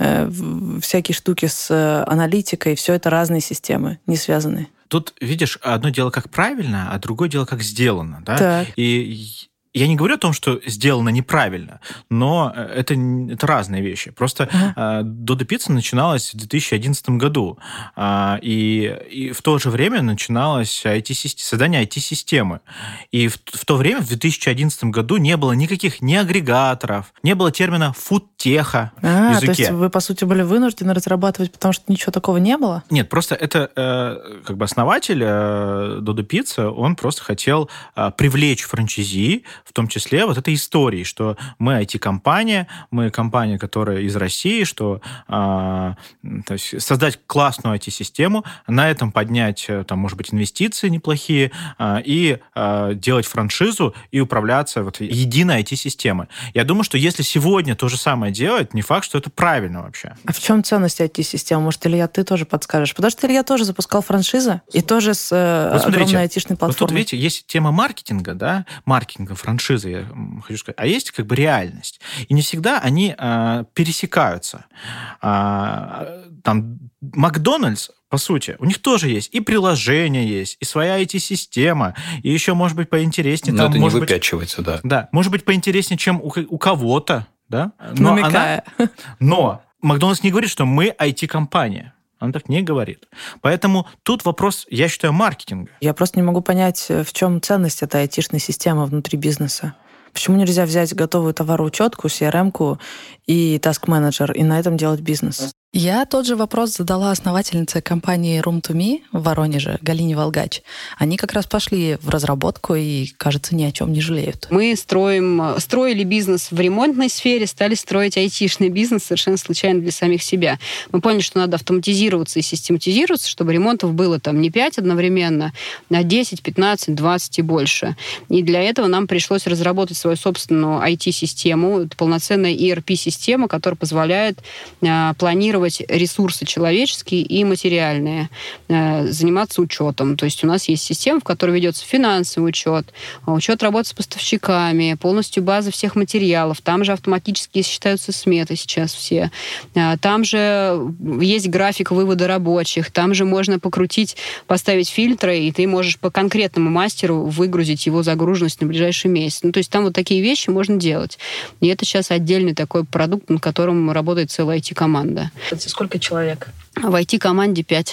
всякие штуки с аналитикой, все это разные системы, не связанные. Тут, видишь, одно дело как правильно, а другое дело как сделано. Да? Так. И я не говорю о том, что сделано неправильно, но это, это разные вещи. Просто uh-huh. Dodo Pizza начиналась в две тысячи одиннадцатом году, и, и в то же время начиналось ай ти, создание ай ти-системы. И в, в то время, в две тысячи одиннадцатом году, не было никаких ни агрегаторов, не было термина фудтеха а, в языке. То есть вы, по сути, были вынуждены разрабатывать, потому что ничего такого не было? Нет, просто это как бы основатель Dodo Pizza, он просто хотел привлечь франчайзи, в том числе вот этой истории, что мы ай ти-компания, мы компания, которая из России, что а, то есть создать классную ай ти-систему, на этом поднять, там, может быть, инвестиции неплохие, а, и а, делать франшизу и управляться вот единой ай ти-системой. Я думаю, что если сегодня то же самое делать, не факт, что это правильно вообще. А в чем ценность ай ти-системы? Может, Илья, ты тоже подскажешь? Потому что Илья тоже запускал франшизы, и тоже с вот смотрите, огромной айтишной платформой. Вот тут, видите, есть тема маркетинга, да, маркетинга, франшизы, я хочу сказать, а есть как бы реальность. И не всегда они а, пересекаются. А, там Макдональдс, по сути, у них тоже есть и приложение есть, и своя ай ти-система, и еще, может быть, поинтереснее. Но там, это может не выпячивается, быть, да. Да, может быть, поинтереснее, чем у, у кого-то, да? Но намекая. Она, но Макдональдс не говорит, что мы ай ти-компания. Он так не говорит. Поэтому тут вопрос, я считаю, маркетинга. Я просто не могу понять, в чем ценность этой айтишной системы внутри бизнеса. Почему нельзя взять готовую товароучетку, си ар эм-ку и Task Manager и на этом делать бизнес? Я тот же вопрос задала основательнице компании Room to Me в Воронеже, Галине Волгач. Они как раз пошли в разработку и, кажется, ни о чем не жалеют. Мы строим, строили бизнес в ремонтной сфере, стали строить айтишный бизнес совершенно случайно для самих себя. Мы поняли, что надо автоматизироваться и систематизироваться, чтобы ремонтов было там не пять одновременно, а десять, пятнадцать, двадцать и больше. И для этого нам пришлось разработать свою собственную ай ти-систему. Это полноценная и эр пи-система, которая позволяет э, планировать ресурсы человеческие и материальные, э, заниматься учетом. То есть у нас есть система, в которой ведется финансовый учет, учет работы с поставщиками, полностью база всех материалов. Там же автоматически считаются сметы сейчас все. Э, там же есть график вывода рабочих. Там же можно покрутить, поставить фильтры, и ты можешь по конкретному мастеру выгрузить его загруженность на ближайший месяц. Ну, то есть там вот такие вещи можно делать. И это сейчас отдельный такой продукт, над которым работает целая ай ти-команда. Сколько человек? В ай ти-команде пять.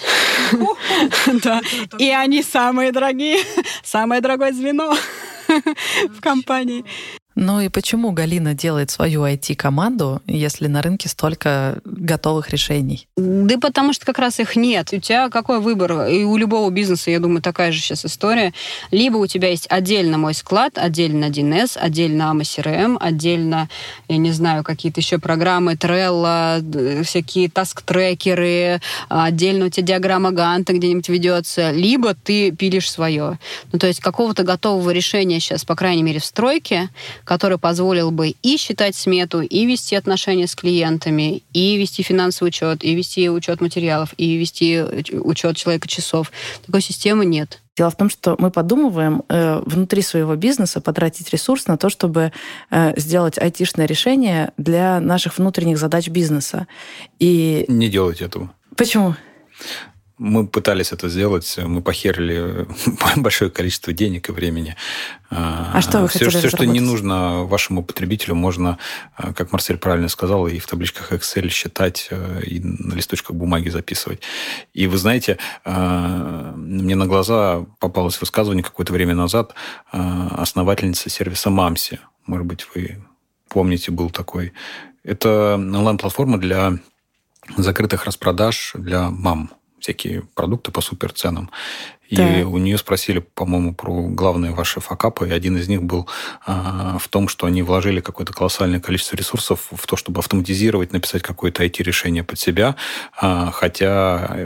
Да. И они самые дорогие. Самое дорогое звено в компании. Ну и почему Галина делает свою ай ти-команду, если на рынке столько готовых решений? Да потому что как раз их нет. У тебя какой выбор? И у любого бизнеса, я думаю, такая же сейчас история. Либо у тебя есть отдельно мой склад, отдельно один эс, отдельно эй эм эс эр эм, отдельно, я не знаю, какие-то еще программы, Trello, всякие таск-трекеры, отдельно у тебя диаграмма Ганта где-нибудь ведется. Либо ты пилишь свое. Ну, то есть какого-то готового решения сейчас, по крайней мере, в стройке, который позволил бы и считать смету, и вести отношения с клиентами, и вести финансовый учет, и вести учет материалов, и вести учет человека часов. Такой системы нет. Дело в том, что мы подумываем э, внутри своего бизнеса потратить ресурс на то, чтобы э, сделать айтишное решение для наших внутренних задач бизнеса. И... Не делать этого. Почему? Мы пытались это сделать, мы похерили большое количество денег и времени. А что вы все, хотели все, что не разработать? нужно вашему потребителю, можно, как Марсель правильно сказал, и в табличках Excel считать, и на листочках бумаги записывать. И вы знаете, мне на глаза попалось высказывание какое-то время назад основательницы сервиса Мамси. Может быть, вы помните, был такой. Это онлайн-платформа для закрытых распродаж для мам. Всякие продукты по суперценам. И да. у нее спросили, по-моему, про главные ваши факапы. И один из них был а, в том, что они вложили какое-то колоссальное количество ресурсов в то, чтобы автоматизировать, написать какое-то ай ти-решение под себя. А, хотя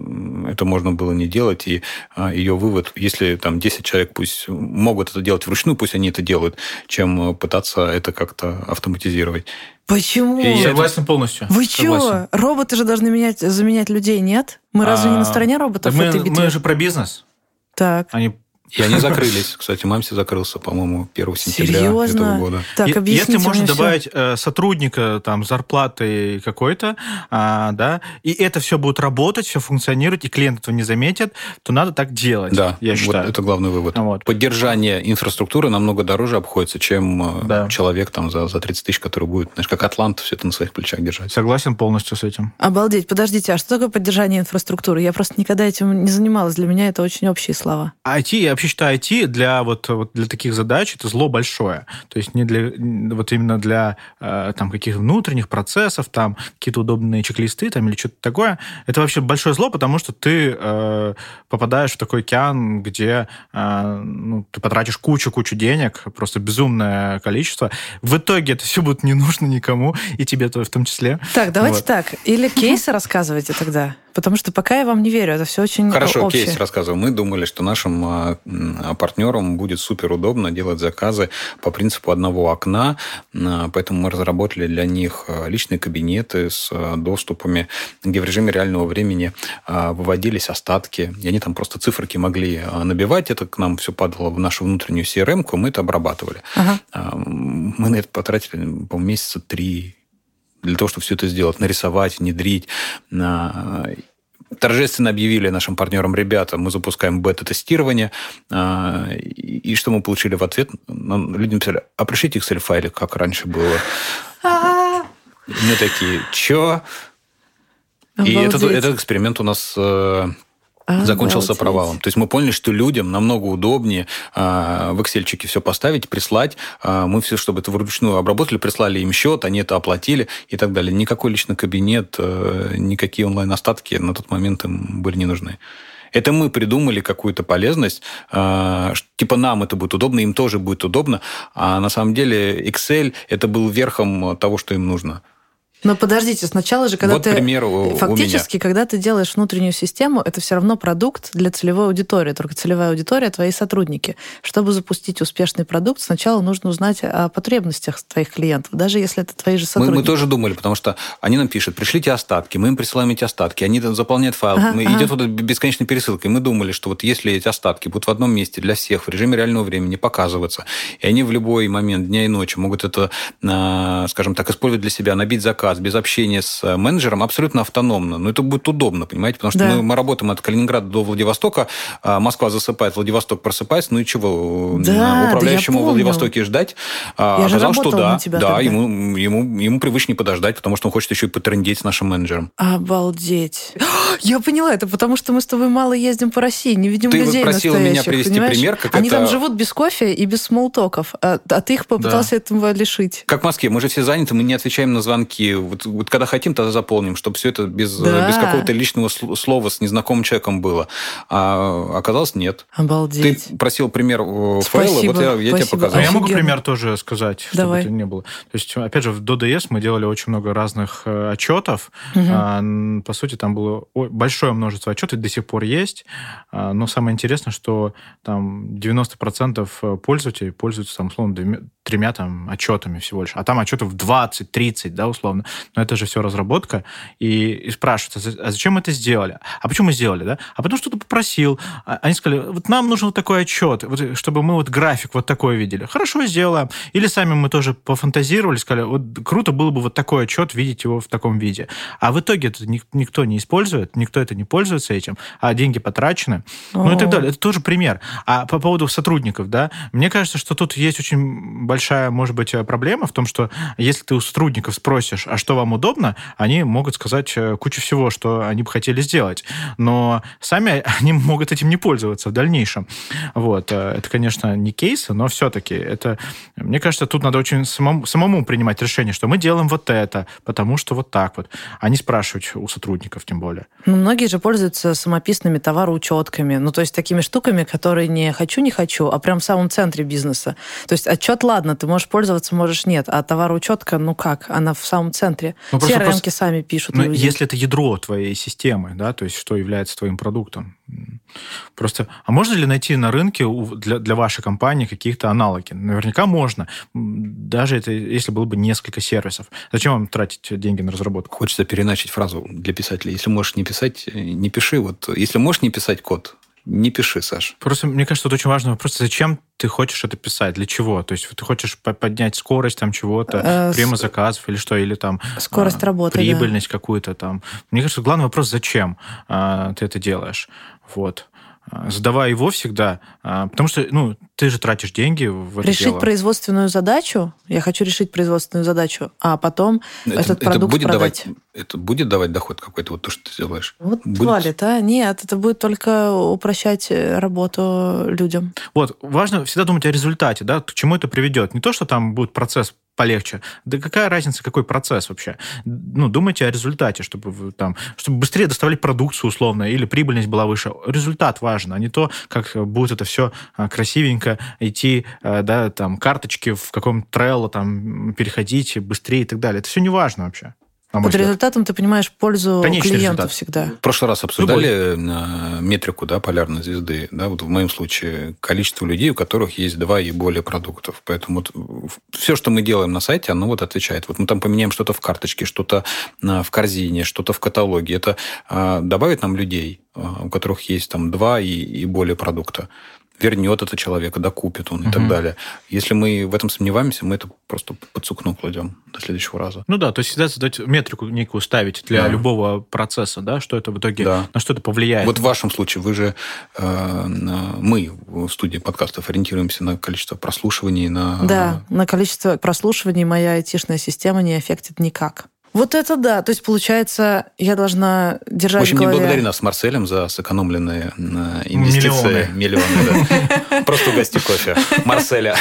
это можно было не делать. И а, ее вывод, если там десять человек пусть могут это делать вручную, пусть они это делают, чем пытаться это как-то автоматизировать. Почему? И согласен полностью. Вы что? Роботы же должны менять, заменять людей, нет? Мы разве а, не на стороне роботов в мы, этой битве? Мы же про бизнес. Так. Они... И они закрылись. Кстати, Мамси закрылся, по-моему, первого сентября Серьезно? этого года. Так, и, объясните если можно мне добавить все. сотрудника там, зарплаты какой-то, а, да, и это все будет работать, все функционировать, и клиент этого не заметит, то надо так делать, да, я считаю. Вот это главный вывод. Вот. Поддержание инфраструктуры намного дороже обходится, чем да. человек там, за, за тридцать тысяч, который будет, знаешь, как Атлант, все это на своих плечах держать. Согласен полностью с этим. Обалдеть. Подождите, а что такое поддержание инфраструктуры? Я просто никогда этим не занималась. Для меня это очень общие слова. ай ти, я вообще считаю, ай ти для Для, вот, вот, для таких задач это зло большое. То есть не для, вот именно для э, там, каких-то внутренних процессов, там, какие-то удобные чек-листы там, или что-то такое. Это вообще большое зло, потому что ты э, попадаешь в такой океан, где э, ну, ты потратишь кучу-кучу денег, просто безумное количество. В итоге это все будет не нужно никому, и тебе в том числе. Так, давайте вот. так. Или кейсы рассказывайте тогда. Потому что пока я вам не верю, это все очень Хорошо, общее. кейс рассказываю. Мы думали, что нашим а, партнерам будет супер удобно делать заказы по принципу одного окна, а, поэтому мы разработали для них личные кабинеты с а, доступами, где в режиме реального времени а, выводились остатки, и они там просто циферки могли а, набивать, это к нам все падало в нашу внутреннюю си эр эм-ку, мы это обрабатывали. Ага. А, мы на это потратили, по-моему, месяца три для того, чтобы все это сделать, нарисовать, внедрить. Торжественно объявили нашим партнерам: ребята, мы запускаем бета-тестирование. И что мы получили в ответ? Люди написали: а пришлите Excel-файлик, как раньше было. Мы такие: чё? И этот, этот эксперимент у нас... А, закончился обалдеть. Провалом. То есть мы поняли, что людям намного удобнее а, в Excel-чике все поставить, прислать. А, мы все, чтобы это вручную обработали, прислали им счет, они это оплатили и так далее. Никакой личный кабинет, а, никакие онлайн-остатки на тот момент им были не нужны. Это мы придумали какую-то полезность, а, типа нам это будет удобно, им тоже будет удобно, а на самом деле Excel это был верхом того, что им нужно. Но подождите, сначала же, когда вот ты... пример фактически, когда ты делаешь внутреннюю систему, это все равно продукт для целевой аудитории. Только целевая аудитория — твои сотрудники. Чтобы запустить успешный продукт, сначала нужно узнать о потребностях твоих клиентов, даже если это твои же сотрудники. Мы, мы тоже думали, потому что они нам пишут: пришлите остатки, мы им присылаем эти остатки, они заполняют файл, ага, идет ага. вот бесконечная пересылка. И мы думали, что вот если эти остатки будут в одном месте для всех в режиме реального времени показываться, и они в любой момент дня и ночи могут это, скажем так, использовать для себя, набить заказ, без общения с менеджером, абсолютно автономно. Но это будет удобно, понимаете? Потому что да. мы, мы работаем от Калининграда до Владивостока, Москва засыпает, Владивосток просыпается, ну и чего? Да, управляющему да в Владивостоке ждать? Я Оказалось, что да, да, ему, ему, ему привычнее подождать, потому что он хочет еще и потрындеть с нашим менеджером. Обалдеть. Я поняла, это потому что мы с тобой мало ездим по России, не видим ты людей настоящих. Ты просила меня привести понимаешь? пример, как Они это... там живут без кофе и без смолтоков, а, а ты их попытался да. этого лишить. Как в Москве, мы же все заняты, мы не отвечаем на звонки. Вот, вот когда хотим, тогда заполним, чтобы все это без, да. без какого-то личного слова с незнакомым человеком было. А оказалось, нет. Обалдеть. Ты просил пример файла, вот я, я тебе показал. А я могу пример тоже сказать, Давай. чтобы это не было. То есть, опять же, в дот ди эс мы делали очень много разных отчетов. Угу. А, по сути, там было большое множество отчетов, до сих пор есть. А, но самое интересное, что там девяносто процентов пользователей пользуются, там, условно, тремя там, отчетами всего лишь. А там отчетов двадцать-тридцать, да, условно. но это же все разработка, и, и спрашивают, а зачем мы это сделали? А почему мы сделали, да? А потому что ты попросил. Они сказали, вот нам нужен вот такой отчет, вот, чтобы мы вот график вот такой видели. Хорошо, сделаем. Или сами мы тоже пофантазировали, сказали, вот круто было бы вот такой отчет, видеть его в таком виде. А в итоге это никто не использует, никто это не пользуется этим, а деньги потрачены. О-о-о. Ну и так далее. Это тоже пример. А по поводу сотрудников, да, мне кажется, что тут есть очень большая, может быть, проблема в том, что если ты у сотрудников спросишь, а что вам удобно, они могут сказать кучу всего, что они бы хотели сделать. Но сами они могут этим не пользоваться в дальнейшем. Вот. Это, конечно, не кейсы, но все-таки это... Мне кажется, тут надо очень самому, самому принимать решение, что мы делаем вот это, потому что вот так вот, а не спрашивать у сотрудников, тем более. Ну, многие же пользуются самописными товароучетками, ну, то есть такими штуками, которые не хочу, не хочу, а прям в самом центре бизнеса. То есть отчет, ладно, ты можешь пользоваться, можешь нет, а товароучетка, ну как, она в самом центре. Ну, си эр эм-ки сами пишут. Ну, если это ядро твоей системы, да, то есть что является твоим продуктом. Просто, а можно ли найти на рынке для, для вашей компании каких-то аналоги? Наверняка можно, даже это, если было бы несколько сервисов. Зачем вам тратить деньги на разработку? Хочется переначить фразу для писателей. Если можешь не писать, не пиши. Вот, если можешь не писать код, не пиши, Саш. Просто, мне кажется, это очень важный вопрос. Зачем ты хочешь это писать? Для чего? То есть ты хочешь поднять скорость там чего-то, приема заказов или что? Или там... Скорость работы, прибыльность да. какую-то там. Мне кажется, главный вопрос, зачем а, ты это делаешь? Вот. Задавай его всегда, потому что, ну, ты же тратишь деньги в это Решить дело. производственную задачу, я хочу решить производственную задачу, а потом это, этот продукт это будет продать. Давать, это будет давать доход какой-то, вот то, что ты делаешь? Вот будет... валит, а? Нет, это будет только упрощать работу людям. Вот, важно всегда думать о результате, да, к чему это приведет. Не то, что там будет процесс полегче. Да какая разница, какой процесс вообще? Ну, думайте о результате, чтобы вы, там, чтобы быстрее доставлять продукцию условно, или прибыльность была выше. Результат важен, а не то, как будет это все красивенько идти, да, там, карточки в каком-то Trello, там, переходить быстрее и так далее. Это все не важно вообще. Под результатом ты понимаешь пользу Конечный клиенту результат. Всегда. В прошлый раз обсуждали Любой. метрику, да, полярной звезды. Да, вот в моем случае количество людей, у которых есть два и более продуктов. Поэтому вот все, что мы делаем на сайте, оно вот отвечает. Вот мы там поменяем что-то в карточке, что-то в корзине, что-то в каталоге. Это добавит нам людей, у которых есть там два и, и более продукта. Вернет это человека, докупит он и угу. так далее. Если мы в этом сомневаемся, мы это просто под сукно кладем до следующего раза. Ну да, то есть всегда задать метрику некую ставить для да. любого процесса, да, что это в итоге, да. на что это повлияет. Вот в вашем случае вы же, э, мы в студии подкастов ориентируемся на количество прослушиваний. На... Да, на количество прослушиваний моя айтишная система не аффектит никак. Вот это да. То есть, получается, я должна держать в общем, в голове... не благодари нас с Марселем за сэкономленные инвестиции. Миллионы. Миллионы, да. Просто угости кофе. Марселя.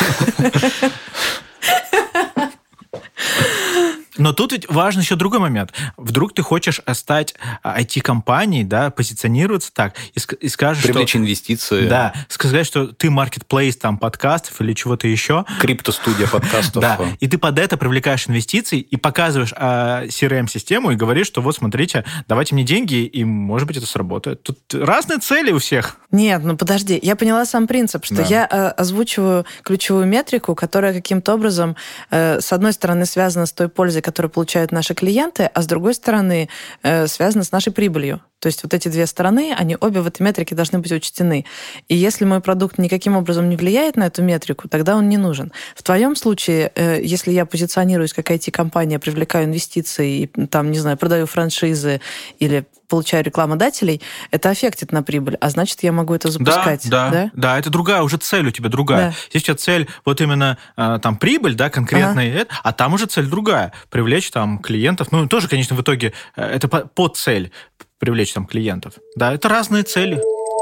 Но тут ведь важен еще другой момент. Вдруг ты хочешь стать ай ти-компанией, да, позиционироваться так, и, и скажешь, Привлечь что... инвестиции. Да, сказать, что ты маркетплейс там подкастов или чего-то еще. Криптостудия подкастов. Да, и ты под это привлекаешь инвестиции и показываешь а, си эр эм-систему и говоришь, что вот, смотрите, давайте мне деньги, и, может быть, это сработает. Тут разные цели у всех. Нет, ну подожди, я поняла сам принцип, что да. я э, озвучиваю ключевую метрику, которая каким-то образом, э, с одной стороны, связана с той пользой, которую получают наши клиенты, а с другой стороны, э, связана с нашей прибылью. То есть вот эти две стороны, они обе в этой метрике должны быть учтены. И если мой продукт никаким образом не влияет на эту метрику, тогда он не нужен. В твоем случае, э, если я позиционируюсь как ай ти-компания, привлекаю инвестиции, и, там, не знаю, продаю франшизы или получаю рекламодателей, это аффектит на прибыль, а значит, я могу это запускать. Да, да, да, да, это другая, уже цель у тебя другая. Да. Здесь у тебя цель вот именно там прибыль, да, конкретная, ага. а там уже цель другая. Привлечь там клиентов. Ну, тоже, конечно, в итоге это под цель привлечь там клиентов. Да, это разные цели.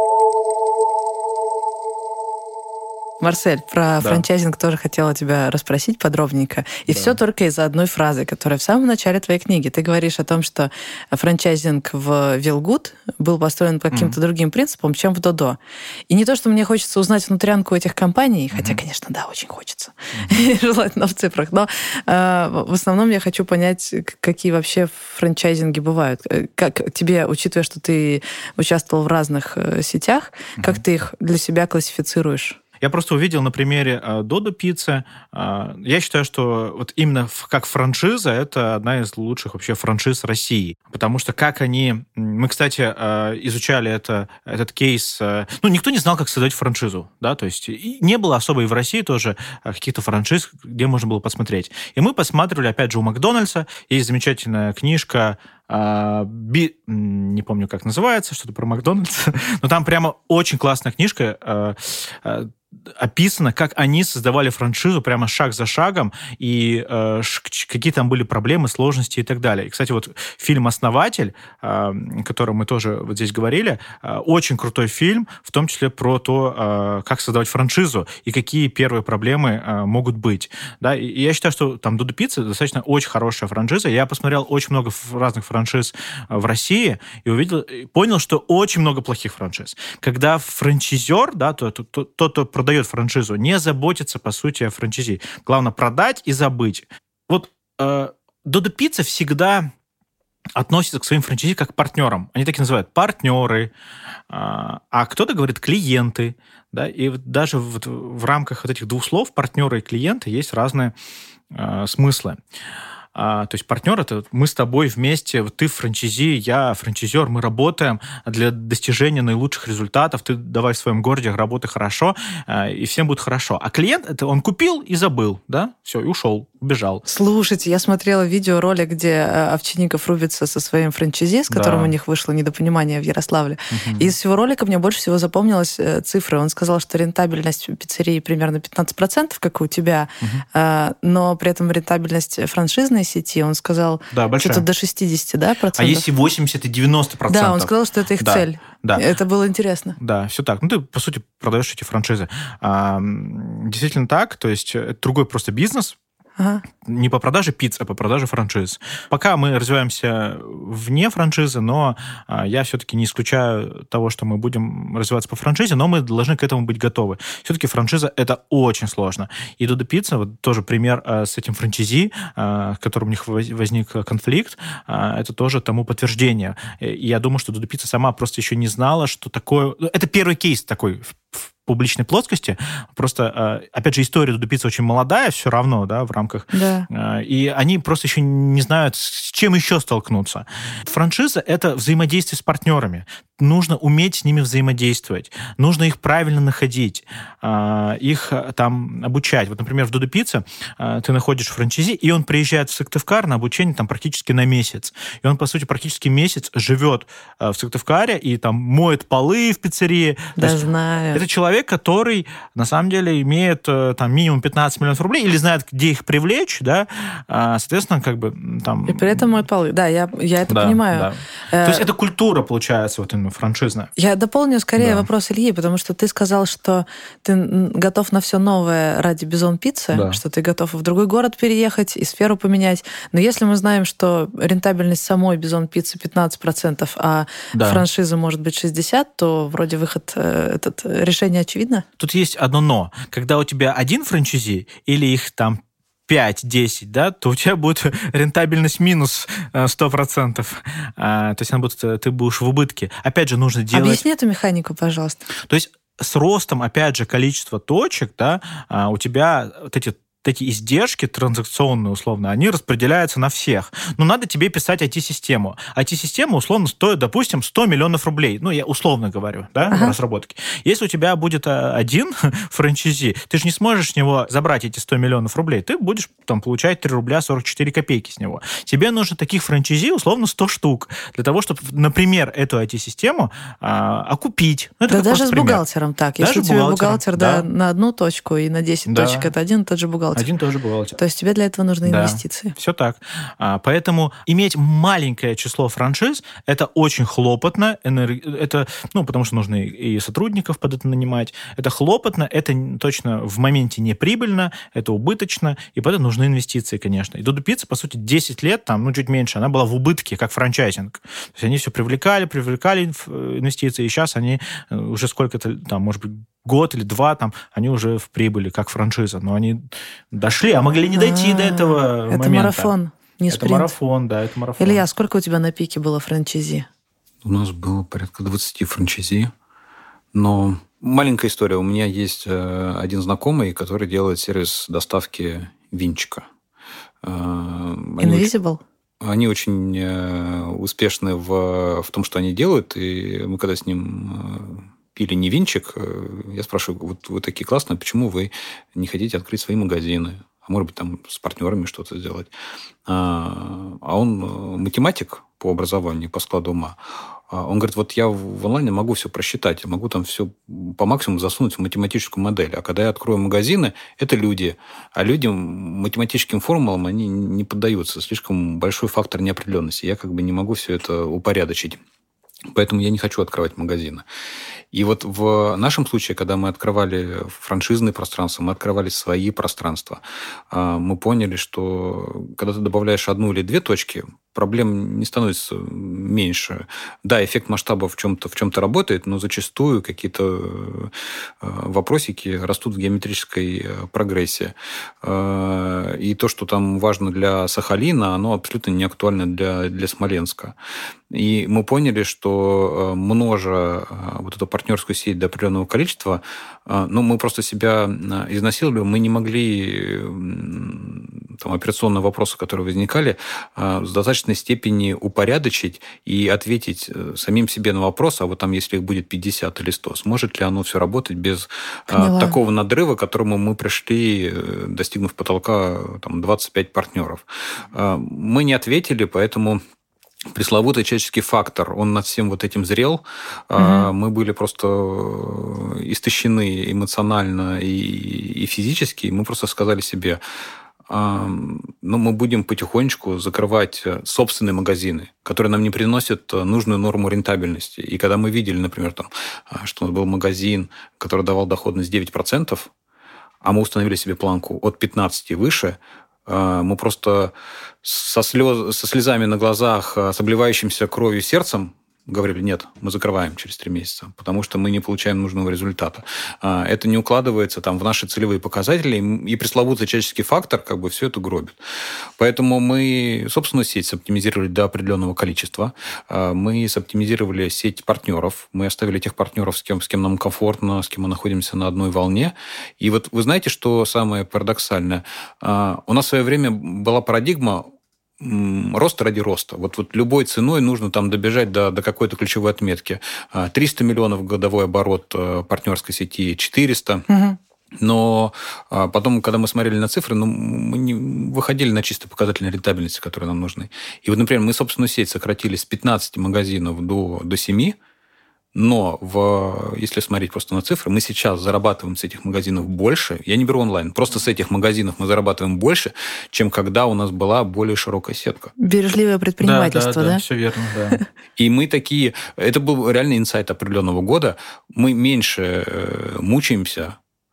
Марсель, про да. франчайзинг тоже хотела тебя расспросить подробненько. И да. все только из-за одной фразы, которая в самом начале твоей книги. Ты говоришь о том, что франчайзинг в Вилгуд был построен по каким-то mm-hmm. другим принципам, чем в Додо. И не то, что мне хочется узнать внутрянку этих компаний, mm-hmm. хотя, конечно, да, очень хочется. Mm-hmm. Желательно в цифрах. Но э, в основном я хочу понять, какие вообще франчайзинги бывают. Как тебе, учитывая, что ты участвовал в разных сетях, mm-hmm. как ты их для себя классифицируешь? Я просто увидел на примере Додо Пиццы. Я считаю, что вот именно как франшиза это одна из лучших вообще франшиз России. Потому что как они... Мы, кстати, изучали это, этот кейс... Ну, никто не знал, как создать франшизу, да, то есть не было особо и в России тоже каких-то франшиз, где можно было посмотреть. И мы посматривали, опять же, у Макдональдса. Есть замечательная книжка Би... не помню, как называется, что-то про Макдональдс, но там прямо очень классная книжка, описано, как они создавали франшизу прямо шаг за шагом, и э, какие там были проблемы, сложности и так далее. И, кстати, вот фильм «Основатель», э, о котором мы тоже вот здесь говорили, э, очень крутой фильм, в том числе про то, э, как создавать франшизу и какие первые проблемы э, могут быть. Да? И, и я считаю, что там Додо Пицца достаточно очень хорошая франшиза. Я посмотрел очень много разных франшиз в России и увидел, понял, что очень много плохих франшиз. Когда франчайзер, да, тот, кто продает франшизу, не заботится, по сути, о франчайзи. Главное продать и забыть. Вот э, Додо Пицца всегда относится к своим франчайзи как к партнерам. Они так и называют партнеры, э, а кто-то говорит клиенты. Да? И вот даже вот в рамках вот этих двух слов партнеры и клиенты есть разные э, смыслы. А, то есть партнер — это мы с тобой вместе, вот ты франчайзи, я франчайзер, мы работаем для достижения наилучших результатов, ты давай в своем городе, работай хорошо, а, и всем будет хорошо. А клиент — это он купил и забыл, да, все, и ушел, убежал. Слушайте, я смотрела видеоролик, где Овчинников рубится со своим франчайзи, с которым да. у них вышло недопонимание в Ярославле. Угу. И из всего ролика мне больше всего запомнилась цифра. Он сказал, что рентабельность пиццерии примерно пятнадцать процентов, как и у тебя, угу. но при этом рентабельность франшизной сети, он сказал, да, что-то до шестьдесят, да, процентов? А есть и восемьдесят, и девяносто процентов. Да, он сказал, что это их да. цель. Да. Это было интересно. Да, все так. Ну, ты, по сути, продаешь эти франшизы. А, действительно так, то есть это другой просто бизнес, ага. не по продаже пицц, а по продаже франшиз. Пока мы развиваемся вне франшизы, но а, я все-таки не исключаю того, что мы будем развиваться по франшизе, но мы должны к этому быть готовы. Все-таки франшиза — это очень сложно. И Додо Пицца, вот тоже пример а, с этим франчайзи, а, с которым у них возник конфликт, а, это тоже тому подтверждение. И я думаю, что Додо Пицца сама просто еще не знала, что такое... Это первый кейс такой в публичной плоскости. Просто, опять же, история Додо Пицца очень молодая все равно, да, в рамках. Да. И они просто еще не знают, с чем еще столкнуться. Франшиза — это взаимодействие с партнерами. Нужно уметь с ними взаимодействовать. Нужно их правильно находить, их там обучать. Вот, например, в Додо Пицца ты находишь франчайзи, и он приезжает в Сыктывкар на обучение там практически на месяц. И он, по сути, практически месяц живет в Сыктывкаре и там моет полы в пиццерии. Да, знаю. Это человек, который, на самом деле, имеет там минимум пятнадцать миллионов рублей или знает, где их привлечь, да, соответственно, как бы там... И при этом моет полы. Да, я, я это да, понимаю. Да. Э... То есть это культура, получается, вот именно франшизная. Я дополню скорее да. вопрос Ильи, потому что ты сказал, что ты готов на все новое ради Бизон Пиццы, да. что ты готов в другой город переехать и сферу поменять. Но если мы знаем, что рентабельность самой Бизон Пиццы пятнадцать процентов, а да. франшиза может быть шестьдесят процентов, то вроде выход, этот, решение очевидно? Тут есть одно «но». Когда у тебя один франчайзи или их там пять-десять, да, то у тебя будет рентабельность минус сто процентов. То есть она будет, ты будешь в убытке. Опять же, нужно делать... Объясни эту механику, пожалуйста. То есть с ростом, опять же, количества точек, да, у тебя вот эти эти издержки транзакционные, условно, они распределяются на всех. Но надо тебе писать ай ти-систему. ай ти-система, условно, стоит, допустим, сто миллионов рублей. Ну, я условно говорю, да, ага. разработки. Если у тебя будет один франчайзи, ты же не сможешь с него забрать эти сто миллионов рублей. Ты будешь там получать три рубля сорок четыре копейки с него. Тебе нужно таких франчайзи, условно, сто штук, для того, чтобы, например, эту ай ти-систему а, окупить. Ну, это да даже с пример. Бухгалтером так. Даже Если тебе бухгалтер да, да, на одну точку и на десять да. точек, это один и тот же бухгалтер. Один тоже бухгалтер. То есть тебе для этого нужны да, инвестиции. Все так. А, поэтому иметь маленькое число франшиз – это очень хлопотно. Энерг... Это, ну, потому что нужно и сотрудников под это нанимать. Это хлопотно, это точно в моменте не прибыльно, это убыточно, и поэтому нужны инвестиции, конечно. И Додо Пицца, по сути, десять лет, там, ну, чуть меньше, она была в убытке, как франчайзинг. То есть они все привлекали, привлекали инвестиции, и сейчас они уже сколько-то, там, может быть, год или два, там, они уже в прибыли, как франшиза. Но они дошли, а могли не дойти А-а-а. до этого это момента. Это марафон, не спринт. Это марафон, да, это марафон. Илья, сколько у тебя на пике было франчайзи? У нас было порядка двадцать франчайзи, но Маленькая история. У меня есть один знакомый, который делает сервис доставки винчика. Invisible? Они очень успешны в, в том, что они делают. И мы когда с ним пили не винчик, я спрашиваю, вот вы такие классные, почему вы не хотите открыть свои магазины? А может быть, там с партнерами что-то сделать? А он математик по образованию, по складу ума. Он говорит, вот я в онлайне могу все просчитать, я могу там все по максимуму засунуть в математическую модель. А когда я открою магазины, это люди. А людям, математическим формулам, они не поддаются. Слишком большой фактор неопределенности. Я как бы не могу все это упорядочить. Поэтому я не хочу открывать магазины. И вот в нашем случае, когда мы открывали франшизные пространства, мы открывали свои пространства, мы поняли, что когда ты добавляешь одну или две точки, проблем не становится меньше. Да, эффект масштаба в чем-то, в чем-то работает, но зачастую какие-то вопросики растут в геометрической прогрессии. И то, что там важно для Сахалина, оно абсолютно не актуально для, для Смоленска. И мы поняли, что множа вот эту партнерскую сеть до определенного количества, ну, мы просто себя изнасиловали, мы не могли там, операционные вопросы, которые возникали, в достаточной степени упорядочить и ответить самим себе на вопрос, а вот там, если их будет пятьдесят или сто, сможет ли оно все работать без Поняла. Такого надрыва, к которому мы пришли, достигнув потолка там, двадцать пять партнеров. Мы не ответили, поэтому... Пресловутый человеческий фактор, он над всем вот этим зрел. Угу. Мы были просто истощены эмоционально и, и физически. Мы просто сказали себе, ну, мы будем потихонечку закрывать собственные магазины, которые нам не приносят нужную норму рентабельности. И когда мы видели, например, там, что у нас был магазин, который давал доходность девять процентов, а мы установили себе планку от пятнадцати и выше, мы просто со, слез, со слезами на глазах, с обливающимся кровью сердцем говорили, нет, мы закрываем через три месяца, потому что мы не получаем нужного результата. Это не укладывается там, в наши целевые показатели, и пресловутый человеческий фактор как бы все это гробит. Поэтому мы собственную сеть соптимизировали до определенного количества. Мы соптимизировали сеть партнеров. Мы оставили тех партнеров, с кем, с кем нам комфортно, с кем мы находимся на одной волне. И вот вы знаете, что самое парадоксальное? У нас в свое время была парадигма рост ради роста. Вот, вот любой ценой нужно там добежать до, до какой-то ключевой отметки. триста миллионов годовой оборот партнерской сети, четыреста. Угу. Но потом, когда мы смотрели на цифры, ну, мы не выходили на чисто показательные рентабельности, которые нам нужны. И вот, например, мы собственную сеть сократили с пятнадцати магазинов до, до семи. Но в, если смотреть просто на цифры, мы сейчас зарабатываем с этих магазинов больше. Я не беру онлайн. Просто с этих магазинов мы зарабатываем больше, чем когда у нас была более широкая сетка. Бережливое предпринимательство, да? Да, да, да? да, все верно, да. И мы такие... Это был реальный инсайт определенного года. Мы меньше мучаемся,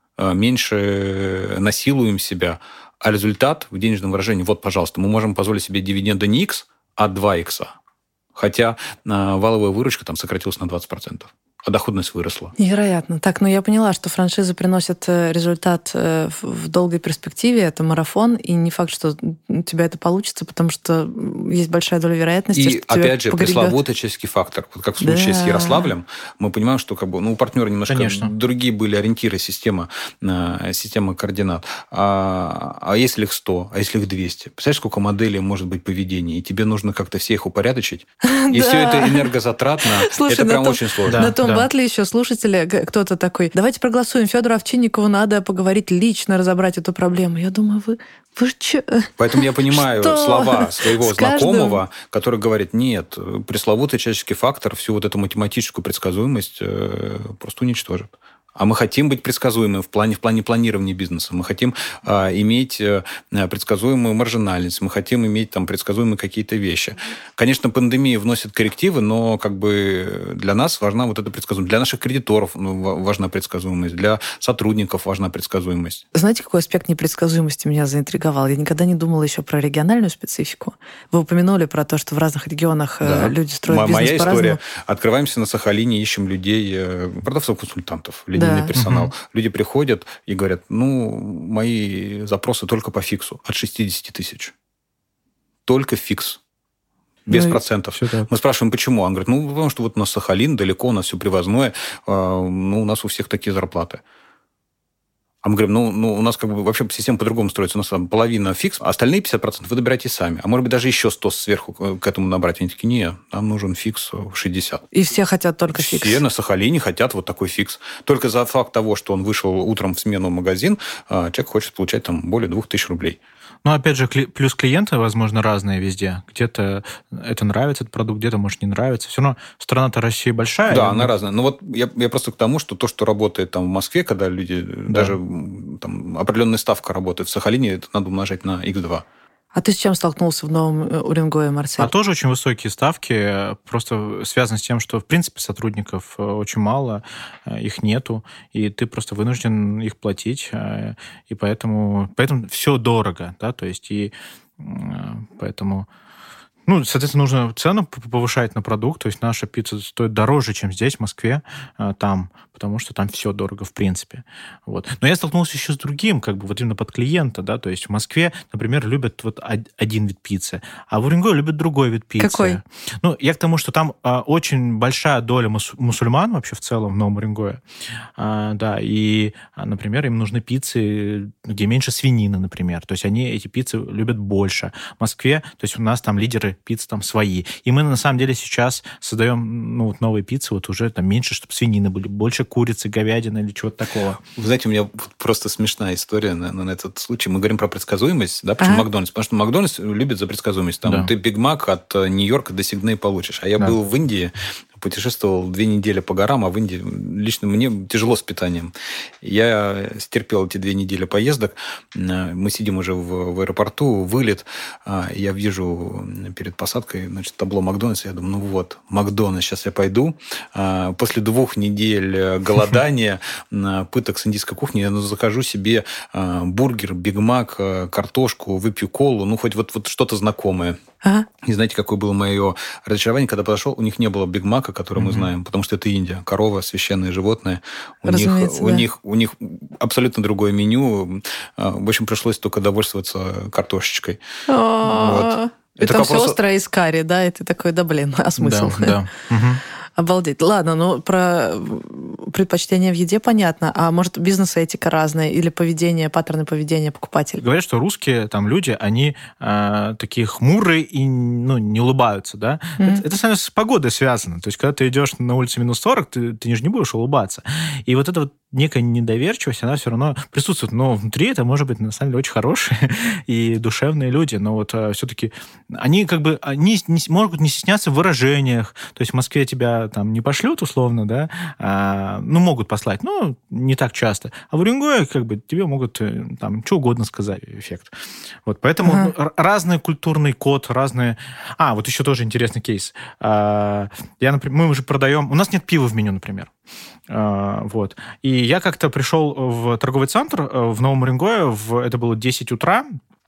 меньше насилуем себя, а результат в денежном выражении, вот, пожалуйста, мы можем позволить себе дивиденды не X, а два икса. Хотя валовая выручка там сократилась на двадцать процентов, а доходность выросла. Невероятно. Так, ну я поняла, что франшизы приносят результат в долгой перспективе, это марафон, и не факт, что у тебя это получится, потому что есть большая доля вероятности, и, что опять же, погребет. пресловутый человеческий фактор. Вот как в случае да. с Ярославлем, мы понимаем, что как бы, ну, у партнера немножко Конечно. другие были ориентиры, система, система координат. А, а если их сто, а если их двести? Представляешь, сколько моделей может быть поведения, и тебе нужно как-то все их упорядочить, и все это энергозатратно. Это прям очень сложно. На том батле еще слушатели, кто-то такой, давайте проголосуем, Федору Овчинникову надо поговорить лично, разобрать эту проблему. Я думаю, вы, вы че? Поэтому я понимаю что? слова своего С знакомого, каждым... который говорит, нет, пресловутый человеческий фактор всю вот эту математическую предсказуемость просто уничтожит. А мы хотим быть предсказуемыми в плане, в плане планирования бизнеса. Мы хотим а, иметь а, предсказуемую маржинальность. Мы хотим иметь там предсказуемые какие-то вещи. Конечно, пандемия вносит коррективы, но как бы для нас важна вот эта предсказуемость. Для наших кредиторов ну, важна предсказуемость. Для сотрудников важна предсказуемость. Знаете, какой аспект непредсказуемости меня заинтриговал? Я никогда не думала еще про региональную специфику. Вы упомянули про то, что в разных регионах да. люди строят М- бизнес Моя по-разному. Моя история. Открываемся на Сахалине, ищем людей, продавцов-консультантов, людей. Да. персонал. Угу. Люди приходят и говорят, ну, мои запросы только по фиксу от шестидесяти тысяч. Только фикс. Без ну, процентов. Мы спрашиваем, почему? Он говорит, ну, потому что вот у нас Сахалин, далеко, у нас все привозное, ну, у нас у всех такие зарплаты. А мы говорим, ну, ну, у нас как бы вообще система по-другому строится. У нас там половина фикс, а остальные пятьдесят процентов вы добираете сами. А может быть, даже еще сто сверху к этому набрать. Они такие, не, нам нужен фикс шестьдесят. И все хотят только фикс. Все на Сахалине хотят вот такой фикс. Только за факт того, что он вышел утром в смену в магазин, человек хочет получать там более двух тысяч рублей. Ну, опять же, плюс клиенты, возможно, разные везде. Где-то это нравится, этот продукт, где-то, может, не нравится. Все равно страна-то Россия большая. Да, она разная. Но вот я, я просто к тому, что то, что работает там в Москве, когда люди, да. даже там определенная ставка работает в Сахалине, это надо умножать на икс два. А ты с чем столкнулся в Новом Уренгое, Марсель? А тоже очень высокие ставки, просто связаны с тем, что, в принципе, сотрудников очень мало, их нету, и ты просто вынужден их платить, и поэтому, поэтому все дорого, да, то есть, и поэтому... Ну, соответственно, нужно цену повышать на продукт, то есть наша пицца стоит дороже, чем здесь, в Москве, там, потому что там все дорого, в принципе. Вот. Но я столкнулся еще с другим, как бы вот именно под клиента, да, то есть в Москве, например, любят вот один вид пиццы, а в Уренгое любят другой вид пиццы. Какой? Ну, я к тому, что там а, очень большая доля мус- мусульман вообще в целом в Новом Уренгое, а, да, и, например, им нужны пиццы, где меньше свинины, например, то есть они эти пиццы любят больше. В Москве, то есть у нас там лидеры пиццы там свои. И мы, на самом деле, сейчас создаем ну, вот новые пиццы, вот уже там меньше, чтобы свинины были, больше курицы, говядины или чего-то такого. Вы знаете, у меня просто смешная история на, на этот случай. Мы говорим про предсказуемость, да, почему ага. Макдональдс? Потому что Макдональдс любит за предсказуемость. Там да. ты Биг Мак от Нью-Йорка до Сиднея получишь. А я да. был в Индии, путешествовал две недели по горам, а в Индии лично мне тяжело с питанием. Я стерпел эти две недели поездок. Мы сидим уже в, в аэропорту, вылет. Я вижу перед посадкой, значит, табло Макдональдса. Я думаю, ну вот, Макдональдс, сейчас я пойду. После двух недель голодания, пыток с индийской кухни, я закажу себе бургер, Биг Мак, картошку, выпью колу, ну, хоть вот, вот что-то знакомое. Ага. И знаете, какое было мое разочарование, когда подошел, у них не было Биг Мака, который мы mm-hmm. знаем, потому что это Индия, корова, священное животное. У них, да. у них, у них абсолютно другое меню. В общем, пришлось только довольствоваться картошечкой. Вот. И там вопрос... все острое из карри, да? И ты такой, да блин, а смысл? Да, да. Угу. Обалдеть. Ладно, ну про предпочтения в еде понятно. А может, бизнес-этика разная или поведение, паттерны поведения покупателей? Говорят, что русские там люди, они э, такие хмурые и ну, не улыбаются, да? Mm-hmm. Это, это самое с погодой связано. То есть, когда ты идешь на улице минус сорок, ты, ты же не будешь улыбаться. И вот это вот некая недоверчивость, она все равно присутствует. Но внутри это, может быть, на самом деле очень хорошие и душевные люди. Но вот а, все-таки они как бы они не, могут не стесняться в выражениях. То есть в Москве тебя там не пошлют, условно, да, а, ну, могут послать, но не так часто. А в Уренгое как бы тебе могут там что угодно сказать, эффект. Вот, поэтому ага. разный культурный код, разные... А, вот еще тоже интересный кейс. А, я, например, мы уже продаем... У нас нет пива в меню, например. Uh, вот. И я как-то пришел в торговый центр в Новом Уренгое, в, это было десять утра,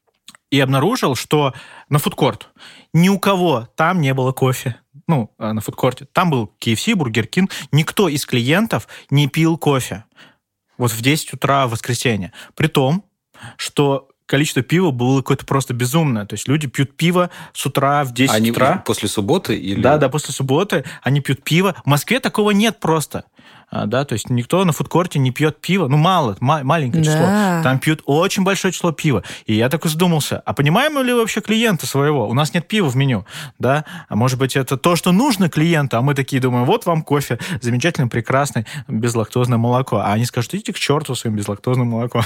и обнаружил, что на фудкорт ни у кого там не было кофе. Ну, на фудкорте. Там был кей эф си, Бургер Кинг. Никто из клиентов не пил кофе. Вот в десять утра в воскресенье. При том, что количество пива было какое-то просто безумное. То есть люди пьют пиво с утра в десять они утра. После субботы? Или... Да, да, после субботы они пьют пиво. В Москве такого нет просто. А, да, то есть никто на фудкорте не пьет пиво. Ну, мало, ма- маленькое да. число. Там пьют очень большое число пива. И я такой задумался, а понимаем ли вообще клиента своего? У нас нет пива в меню, да? А может быть, это то, что нужно клиенту, а мы такие думаем, вот вам кофе, замечательный, прекрасный, безлактозное молоко. А они скажут, идите к черту своим безлактозным молоком.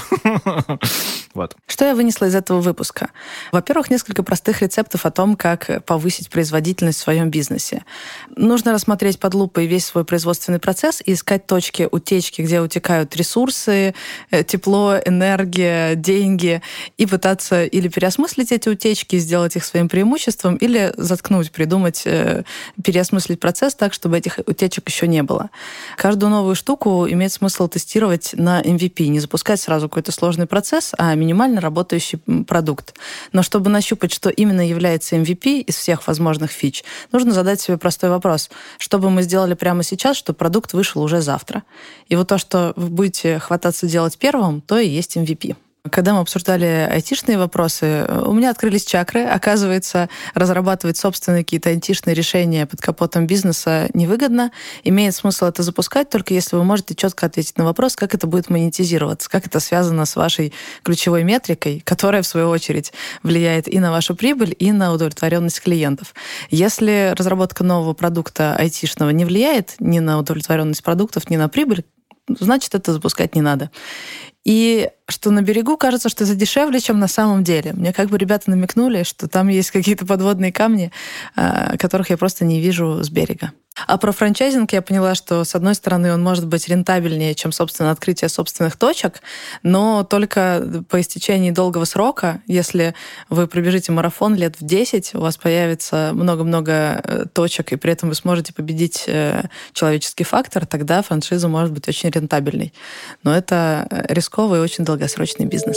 Вот. Что я вынесла из этого выпуска? Во-первых, несколько простых рецептов о том, как повысить производительность в своем бизнесе. Нужно рассмотреть под лупой весь свой производственный процесс и искать точки утечки, где утекают ресурсы, тепло, энергия, деньги, и пытаться или переосмыслить эти утечки, сделать их своим преимуществом, или заткнуть, придумать, переосмыслить процесс так, чтобы этих утечек еще не было. Каждую новую штуку имеет смысл тестировать на эм ви пи, не запускать сразу какой-то сложный процесс, а минимально работающий продукт. Но чтобы нащупать, что именно является эм ви пи из всех возможных фич, нужно задать себе простой вопрос. Что бы мы сделали прямо сейчас, чтобы продукт вышел уже завтра? И вот то, что вы будете хвататься делать первым, то и есть эм ви пи. Когда мы обсуждали айтишные вопросы, у меня открылись чакры. Оказывается, разрабатывать собственные какие-то айтишные решения под капотом бизнеса невыгодно. Имеет смысл это запускать, только если вы можете четко ответить на вопрос, как это будет монетизироваться, как это связано с вашей ключевой метрикой, которая, в свою очередь, влияет и на вашу прибыль, и на удовлетворенность клиентов. Если разработка нового продукта айтишного не влияет ни на удовлетворенность продуктов, ни на прибыль, значит, это запускать не надо. И что на берегу кажется, что это дешевле, чем на самом деле. Мне как бы ребята намекнули, что там есть какие-то подводные камни, которых я просто не вижу с берега. А про франчайзинг я поняла, что, с одной стороны, он может быть рентабельнее, чем, собственно, открытие собственных точек, но только по истечении долгого срока. Если вы пробежите марафон лет в десять, у вас появится много-много точек, и при этом вы сможете победить человеческий фактор, тогда франшиза может быть очень рентабельной. Но это рисковый и очень долгосрочный бизнес.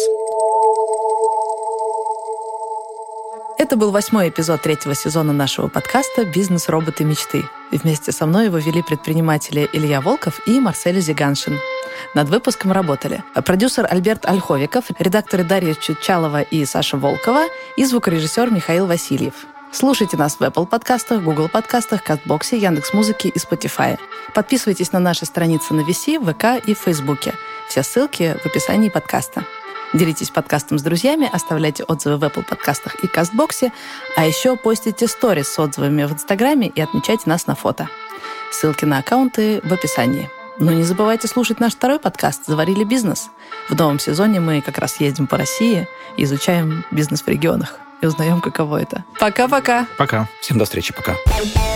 Это был восьмой эпизод третьего сезона нашего подкаста «Бизнес, роботы, мечты». И вместе со мной его вели предприниматели Илья Волков и Марсель Зиганшин. Над выпуском работали продюсер Альберт Ольховиков, редакторы Дарья Чучалова и Саша Волкова и звукорежиссер Михаил Васильев. Слушайте нас в Apple подкастах, Google подкастах, Кастбоксе, Яндекс.Музыке и Spotify. Подписывайтесь на наши страницы на ви си, ВК и Фейсбуке. Все ссылки в описании подкаста. Делитесь подкастом с друзьями, оставляйте отзывы в Apple подкастах и Кастбоксе, а еще постите сторис с отзывами в Инстаграме и отмечайте нас на фото. Ссылки на аккаунты в описании. Но не забывайте слушать наш второй подкаст «Заварили бизнес». В новом сезоне мы как раз ездим по России, изучаем бизнес в регионах и узнаем, каково это. Пока-пока! Пока. Всем до встречи, пока.